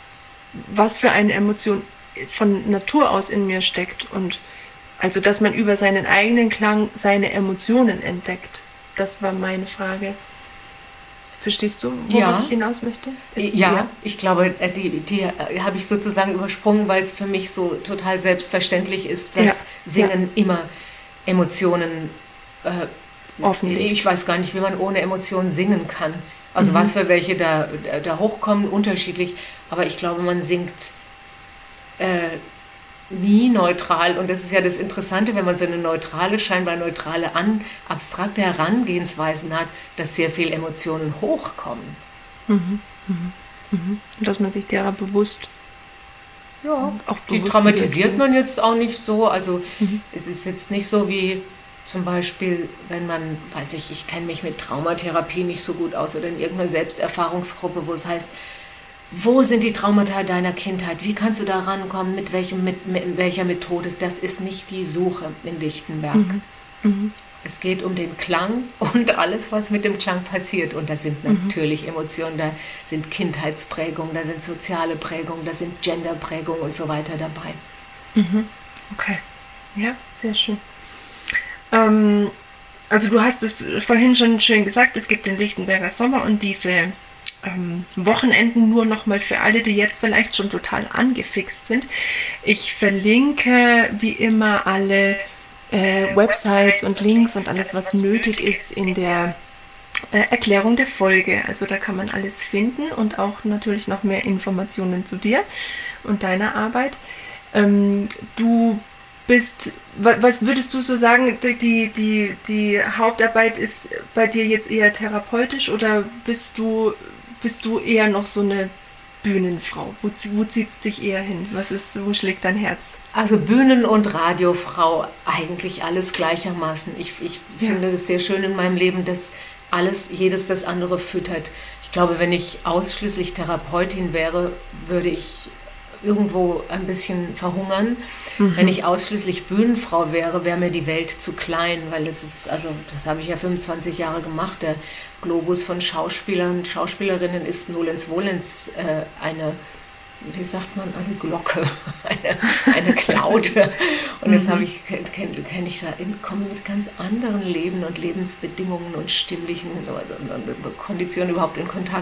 was für eine Emotion von Natur aus in mir steckt. Und also, dass man über seinen eigenen Klang seine Emotionen entdeckt. Das war meine Frage. Verstehst du, worauf ja. ich hinaus möchte? Ist ja, ja, ich glaube, die, die habe ich sozusagen übersprungen, weil es für mich so total selbstverständlich ist, dass ja. Singen ja. immer Emotionen äh, offenlegt. Ich weiß gar nicht, wie man ohne Emotionen singen kann. Also mhm. was für welche da, da hochkommen, unterschiedlich. Aber ich glaube, man singt äh, nie neutral. Und das ist ja das Interessante, wenn man so eine neutrale, scheinbar neutrale, an, abstrakte Herangehensweisen hat, dass sehr viel Emotionen hochkommen. Mhm. Mhm. Mhm. Und dass man sich derer bewusst ja, auch die traumatisiert man jetzt auch nicht so. Also mhm. es ist jetzt nicht so wie zum Beispiel, wenn man, weiß ich, ich kenne mich mit Traumatherapie nicht so gut aus oder in irgendeiner Selbsterfahrungsgruppe, wo es heißt, wo sind die Traumata deiner Kindheit? Wie kannst du da rankommen? Mit, welchem, mit, mit welcher Methode? Das ist nicht die Suche in Lichtenberg. Mhm. Mhm. Es geht um den Klang und alles, was mit dem Klang passiert. Und da sind natürlich mhm. Emotionen, da sind Kindheitsprägungen, da sind soziale Prägungen, da sind Genderprägungen und so weiter dabei. Mhm. Okay, ja, sehr schön. Ähm, also du hast es vorhin schon schön gesagt, es gibt den Lichtenberger Sommer und diese ähm, Wochenenden nur nochmal für alle, die jetzt vielleicht schon total angefixt sind. Ich verlinke wie immer alle äh, Websites und Links und alles, was nötig ist in der äh, Erklärung der Folge. Also da kann man alles finden und auch natürlich noch mehr Informationen zu dir und deiner Arbeit. Ähm, du bist, was würdest du so sagen, die, die, die Hauptarbeit ist bei dir jetzt eher therapeutisch oder bist du, bist du eher noch so eine Bühnenfrau? Wo, wo zieht es dich eher hin? Was ist, wo schlägt dein Herz? Also Bühnen- und Radiofrau, eigentlich alles gleichermaßen. Ich, ich ja. finde das sehr schön in meinem Leben, dass alles, jedes das andere füttert. Ich glaube, wenn ich ausschließlich Therapeutin wäre, würde ich irgendwo ein bisschen verhungern. Mhm. Wenn ich ausschließlich Bühnenfrau wäre, wäre mir die Welt zu klein, weil es ist, also das habe ich ja fünfundzwanzig Jahre gemacht, der Globus von Schauspielern und Schauspielerinnen ist nolens volens äh, eine, wie sagt man, eine Glocke, eine, eine Klaute. Und jetzt mhm. habe ich, kenne kenn ich, komme mit ganz anderen Leben und Lebensbedingungen und stimmlichen Konditionen überhaupt in Kontakt.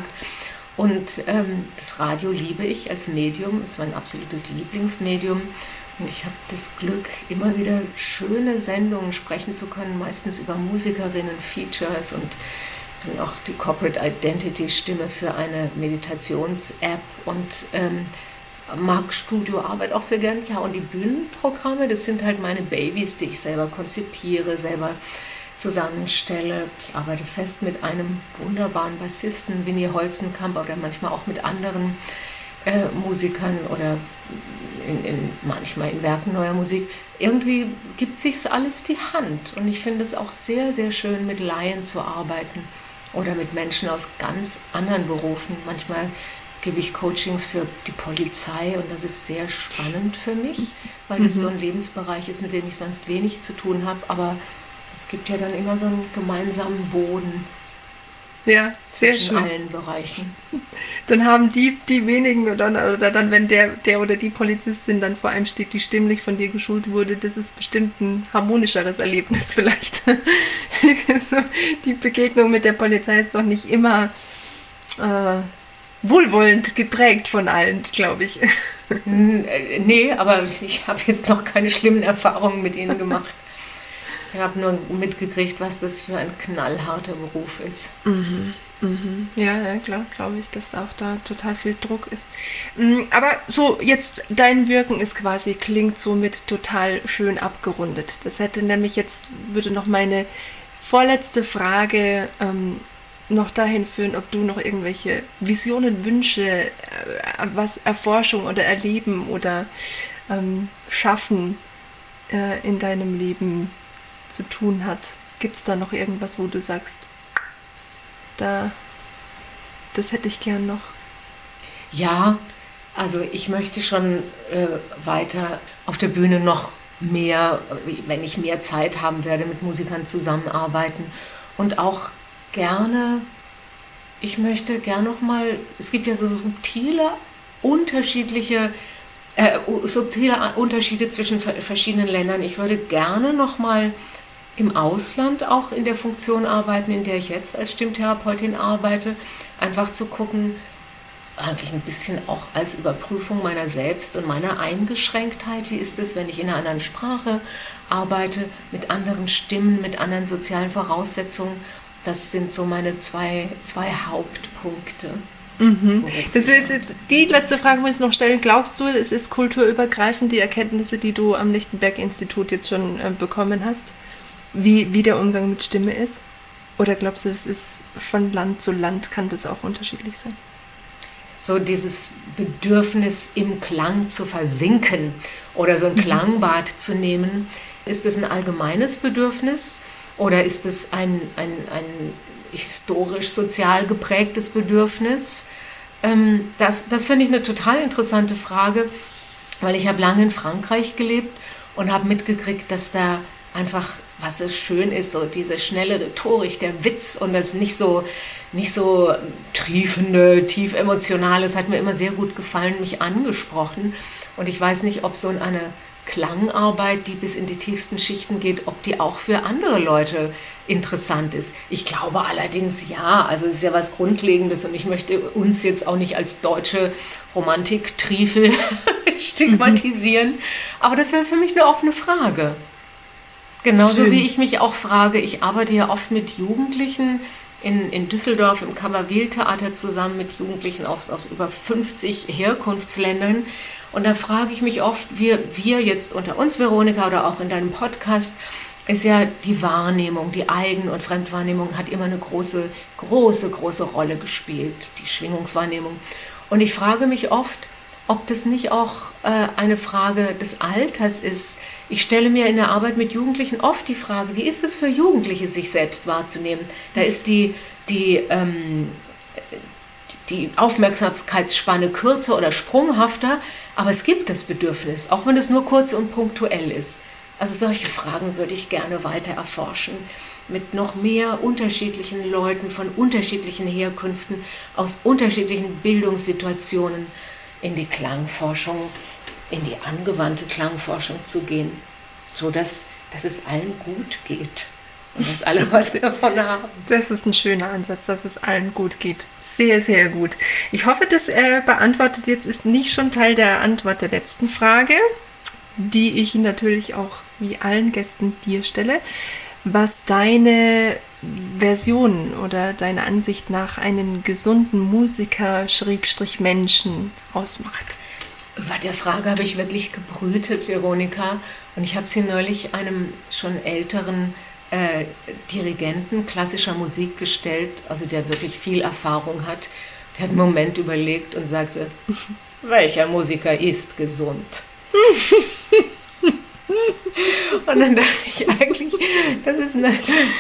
Und ähm, das Radio liebe ich als Medium, ist mein absolutes Lieblingsmedium. Und ich habe das Glück, immer wieder schöne Sendungen sprechen zu können, meistens über Musikerinnen, Features und bin auch die Corporate Identity Stimme für eine Meditations-App und ähm, mag Studioarbeit auch sehr gern. Ja, und die Bühnenprogramme, das sind halt meine Babys, die ich selber konzipiere, selber zusammenstelle. Ich arbeite fest mit einem wunderbaren Bassisten, Winnie Holzenkamp, oder manchmal auch mit anderen äh, Musikern oder in, in, manchmal in Werken neuer Musik. Irgendwie gibt sich alles die Hand und ich finde es auch sehr, sehr schön, mit Laien zu arbeiten oder mit Menschen aus ganz anderen Berufen. Manchmal gebe ich Coachings für die Polizei und das ist sehr spannend für mich, weil das mhm. so ein Lebensbereich ist, mit dem ich sonst wenig zu tun habe, aber es gibt ja dann immer so einen gemeinsamen Boden. Ja, sehr zwischen schön. Allen Bereichen. Dann haben die, die wenigen, oder, oder dann, wenn der, der oder die Polizistin dann vor einem steht, die stimmlich von dir geschult wurde, das ist bestimmt ein harmonischeres Erlebnis vielleicht. So, die Begegnung mit der Polizei ist doch nicht immer äh, wohlwollend geprägt von allen, glaube ich. Nee, aber ich habe jetzt noch keine schlimmen Erfahrungen mit ihnen gemacht. Ich habe nur mitgekriegt, was das für ein knallharter Beruf ist. Mhm. Mhm. Ja, ja, klar, glaube ich, dass auch da total viel Druck ist. Aber so jetzt, dein Wirken ist quasi, klingt somit total schön abgerundet. Das hätte nämlich jetzt, würde noch meine vorletzte Frage ähm, noch dahin führen, ob du noch irgendwelche Visionen, Wünsche, äh, was Erforschung oder Erleben oder ähm, Schaffen äh, in deinem Leben zu tun hat. Gibt es da noch irgendwas, wo du sagst, da, das hätte ich gern noch? Ja, also ich möchte schon äh, weiter auf der Bühne noch mehr, wenn ich mehr Zeit haben werde, mit Musikern zusammenarbeiten und auch gerne, ich möchte gern noch mal, es gibt ja so subtile, unterschiedliche, äh, subtile Unterschiede zwischen verschiedenen Ländern. Ich würde gerne noch mal im Ausland auch in der Funktion arbeiten, in der ich jetzt als Stimmtherapeutin arbeite, einfach zu gucken, eigentlich ein bisschen auch als Überprüfung meiner selbst und meiner Eingeschränktheit. Wie ist es, wenn ich in einer anderen Sprache arbeite, mit anderen Stimmen, mit anderen sozialen Voraussetzungen? Das sind so meine zwei, zwei Hauptpunkte. Mhm. Das ist jetzt die letzte Frage, muss ich noch stellen. Glaubst du, es ist kulturübergreifend, die Erkenntnisse, die du am Lichtenberg-Institut jetzt schon äh, bekommen hast, wie, wie der Umgang mit Stimme ist? Oder glaubst du, das ist von Land zu Land, kann das auch unterschiedlich sein? So dieses Bedürfnis im Klang zu versinken oder so ein Klangbad zu nehmen, ist das ein allgemeines Bedürfnis oder ist es ein, ein, ein historisch-sozial geprägtes Bedürfnis? Ähm, das das finde ich eine total interessante Frage, weil ich habe lange in Frankreich gelebt und habe mitgekriegt, dass da einfach, was so schön ist, so diese schnelle Rhetorik, der Witz und das nicht so, nicht so triefende, tief emotionale, es hat mir immer sehr gut gefallen, mich angesprochen. Und ich weiß nicht, ob so eine Klangarbeit, die bis in die tiefsten Schichten geht, ob die auch für andere Leute interessant ist. Ich glaube allerdings ja, also es ist ja was Grundlegendes und ich möchte uns jetzt auch nicht als deutsche Romantik-Triefel stigmatisieren, aber das wäre für mich eine offene Frage. Genauso Schön. Wie ich mich auch frage, ich arbeite ja oft mit Jugendlichen in, in Düsseldorf im Kammerwil-Theater zusammen mit Jugendlichen aus, aus über fünfzig Herkunftsländern. Und da frage ich mich oft, wir, wir jetzt unter uns, Veronika, oder auch in deinem Podcast, ist ja die Wahrnehmung, die Eigen- und Fremdwahrnehmung hat immer eine große, große, große Rolle gespielt, die Schwingungswahrnehmung. Und ich frage mich oft, ob das nicht auch äh, eine Frage des Alters ist. Ich stelle mir in der Arbeit mit Jugendlichen oft die Frage, wie ist es für Jugendliche, sich selbst wahrzunehmen? Da ist die, die, ähm, die Aufmerksamkeitsspanne kürzer oder sprunghafter, aber es gibt das Bedürfnis, auch wenn es nur kurz und punktuell ist. Also solche Fragen würde ich gerne weiter erforschen, mit noch mehr unterschiedlichen Leuten von unterschiedlichen Herkünften, aus unterschiedlichen Bildungssituationen in die Klangforschung, in die angewandte Klangforschung zu gehen, sodass dass es allen gut geht und dass alle das was ist, davon haben. Das ist ein schöner Ansatz, dass es allen gut geht. Sehr, sehr gut. Ich hoffe, das äh, beantwortet jetzt, ist nicht schon Teil der Antwort der letzten Frage, die ich natürlich auch wie allen Gästen dir stelle, was deine Version oder deine Ansicht nach einen gesunden Musiker Schrägstrich Menschen ausmacht. Über der Frage habe ich wirklich gebrütet, Veronika, und ich habe sie neulich einem schon älteren äh, Dirigenten klassischer Musik gestellt, also der wirklich viel Erfahrung hat. Der hat einen Moment überlegt und sagte, welcher Musiker ist gesund? Und dann dachte ich eigentlich, das ist eine...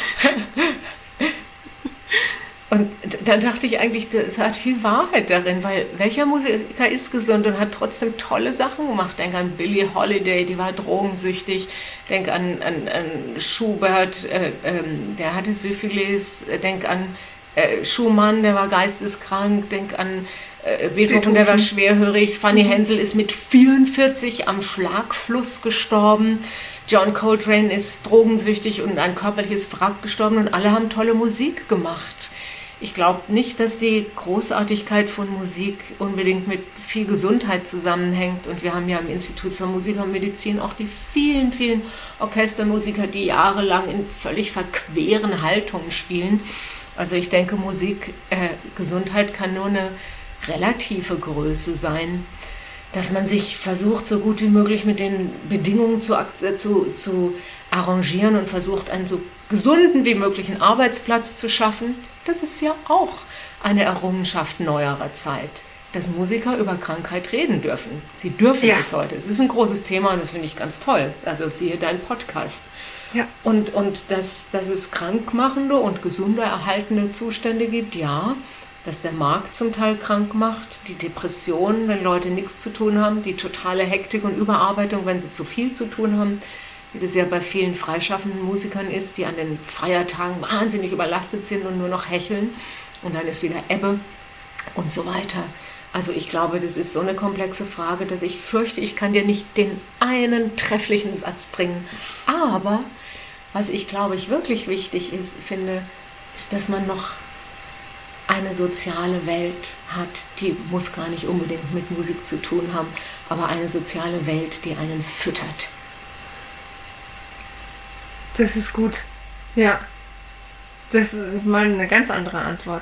Und dann dachte ich eigentlich, es hat viel Wahrheit darin, weil welcher Musiker ist gesund und hat trotzdem tolle Sachen gemacht. Denk an Billie Holiday, die war drogensüchtig. Denk an, an, an Schubert, äh, ähm, der hatte Syphilis. Denk an äh, Schumann, der war geisteskrank. Denk an äh, Beethoven, Beethoven, der war schwerhörig. Fanny mhm. Hensel ist mit vierundvierzig am Schlagfluss gestorben. John Coltrane ist drogensüchtig und ein körperliches Wrack gestorben und alle haben tolle Musik gemacht. ich glaube nicht, dass die Großartigkeit von Musik unbedingt mit viel Gesundheit zusammenhängt. Und wir haben ja im Institut für Musik und Medizin auch die vielen, vielen Orchestermusiker, die jahrelang in völlig verqueren Haltungen spielen. Also ich denke, Musik, äh, Gesundheit kann nur eine relative Größe sein, dass man sich versucht, so gut wie möglich mit den Bedingungen zu, zu, zu arrangieren und versucht, einen so gesunden wie möglichen Arbeitsplatz zu schaffen. Das ist ja auch eine Errungenschaft neuerer Zeit, dass Musiker über Krankheit reden dürfen. Sie dürfen ja. es heute. Es ist ein großes Thema und das finde ich ganz toll. Also siehe deinen Podcast. Ja. Und, und dass, dass es krankmachende und gesunde, erhaltene Zustände gibt, ja. Dass der Markt zum Teil krank macht, die Depressionen, wenn Leute nichts zu tun haben, die totale Hektik und Überarbeitung, wenn sie zu viel zu tun haben, wie das ja bei vielen freischaffenden Musikern ist, die an den Feiertagen wahnsinnig überlastet sind und nur noch hecheln und dann ist wieder Ebbe und so weiter. Also ich glaube, das ist so eine komplexe Frage, dass ich fürchte, ich kann dir nicht den einen trefflichen Satz bringen. Aber was ich, glaube ich, wirklich wichtig ist, finde, ist, dass man noch eine soziale Welt hat, die muss gar nicht unbedingt mit Musik zu tun haben, aber eine soziale Welt, die einen füttert. Das ist gut. Ja. Das ist mal eine ganz andere Antwort.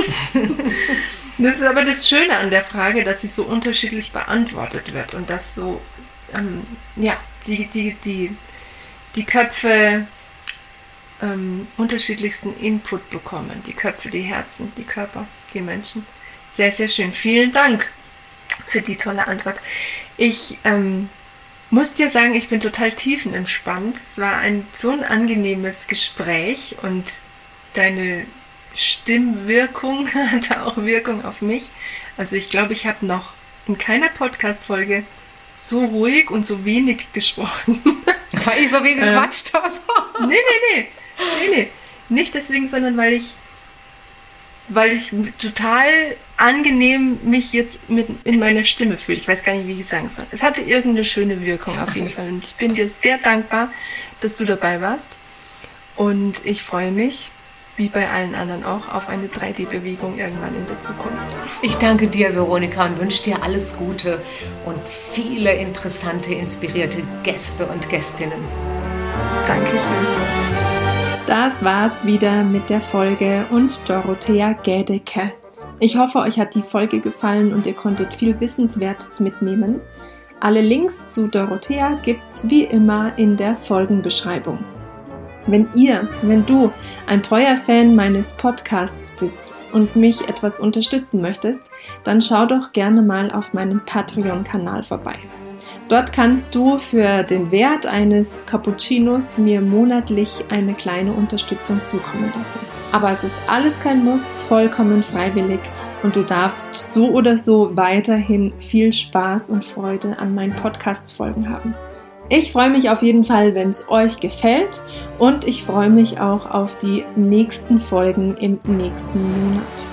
Das ist aber das Schöne an der Frage, dass sie so unterschiedlich beantwortet wird und dass so ähm, ja, die, die, die, die Köpfe ähm, unterschiedlichsten Input bekommen. Die Köpfe, die Herzen, die Körper, die Menschen. Sehr, sehr schön. Vielen Dank für die tolle Antwort. Ich ähm, muss dir sagen, ich bin total tiefenentspannt. Es war ein so ein angenehmes Gespräch und deine Stimmwirkung hatte auch Wirkung auf mich. Also ich glaube, ich habe noch in keiner Podcast-Folge so ruhig und so wenig gesprochen. Weil ich so viel gequatscht ähm, habe. Nee, nee, nee, nee, nee. Nicht deswegen, sondern weil ich weil ich total angenehm mich jetzt mit in meiner Stimme fühle. Ich weiß gar nicht, wie ich es sagen soll. Es hatte irgendeine schöne Wirkung auf jeden Fall. Und ich bin dir sehr dankbar, dass du dabei warst. Und ich freue mich, wie bei allen anderen auch, auf eine drei D-Bewegung irgendwann in der Zukunft. Ich danke dir, Veronika, und wünsche dir alles Gute und viele interessante, inspirierte Gäste und Gästinnen. Dankeschön. Das war's wieder mit der Folge und Dorothea Gädecke. Ich hoffe, euch hat die Folge gefallen und ihr konntet viel Wissenswertes mitnehmen. Alle Links zu Dorothea gibt's wie immer in der Folgenbeschreibung. Wenn ihr, wenn du ein treuer Fan meines Podcasts bist und mich etwas unterstützen möchtest, dann schau doch gerne mal auf meinem Patreon-Kanal vorbei. Dort kannst du für den Wert eines Cappuccinos mir monatlich eine kleine Unterstützung zukommen lassen. Aber es ist alles kein Muss, vollkommen freiwillig und du darfst so oder so weiterhin viel Spaß und Freude an meinen Podcast-Folgen haben. Ich freue mich auf jeden Fall, wenn es euch gefällt und ich freue mich auch auf die nächsten Folgen im nächsten Monat.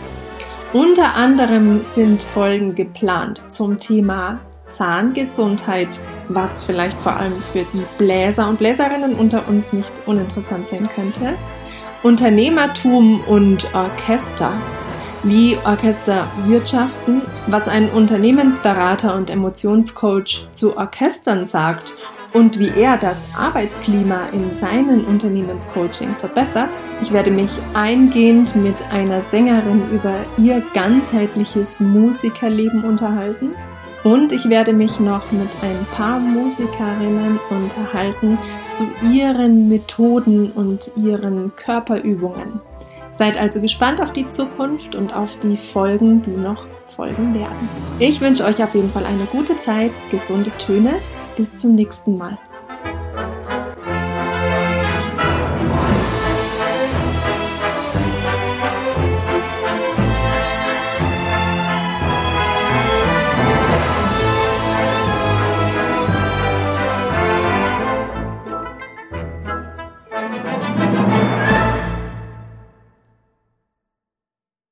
Unter anderem sind Folgen geplant zum Thema Zahngesundheit, was vielleicht vor allem für die Bläser und Bläserinnen unter uns nicht uninteressant sein könnte. Unternehmertum und Orchester. Wie Orchester wirtschaften, was ein Unternehmensberater und Emotionscoach zu Orchestern sagt und wie er das Arbeitsklima in seinem Unternehmenscoaching verbessert. Ich werde mich eingehend mit einer Sängerin über ihr ganzheitliches Musikerleben unterhalten. Und ich werde mich noch mit ein paar Musikerinnen unterhalten zu ihren Methoden und ihren Körperübungen. Seid also gespannt auf die Zukunft und auf die Folgen, die noch folgen werden. Ich wünsche euch auf jeden Fall eine gute Zeit, gesunde Töne. Bis zum nächsten Mal.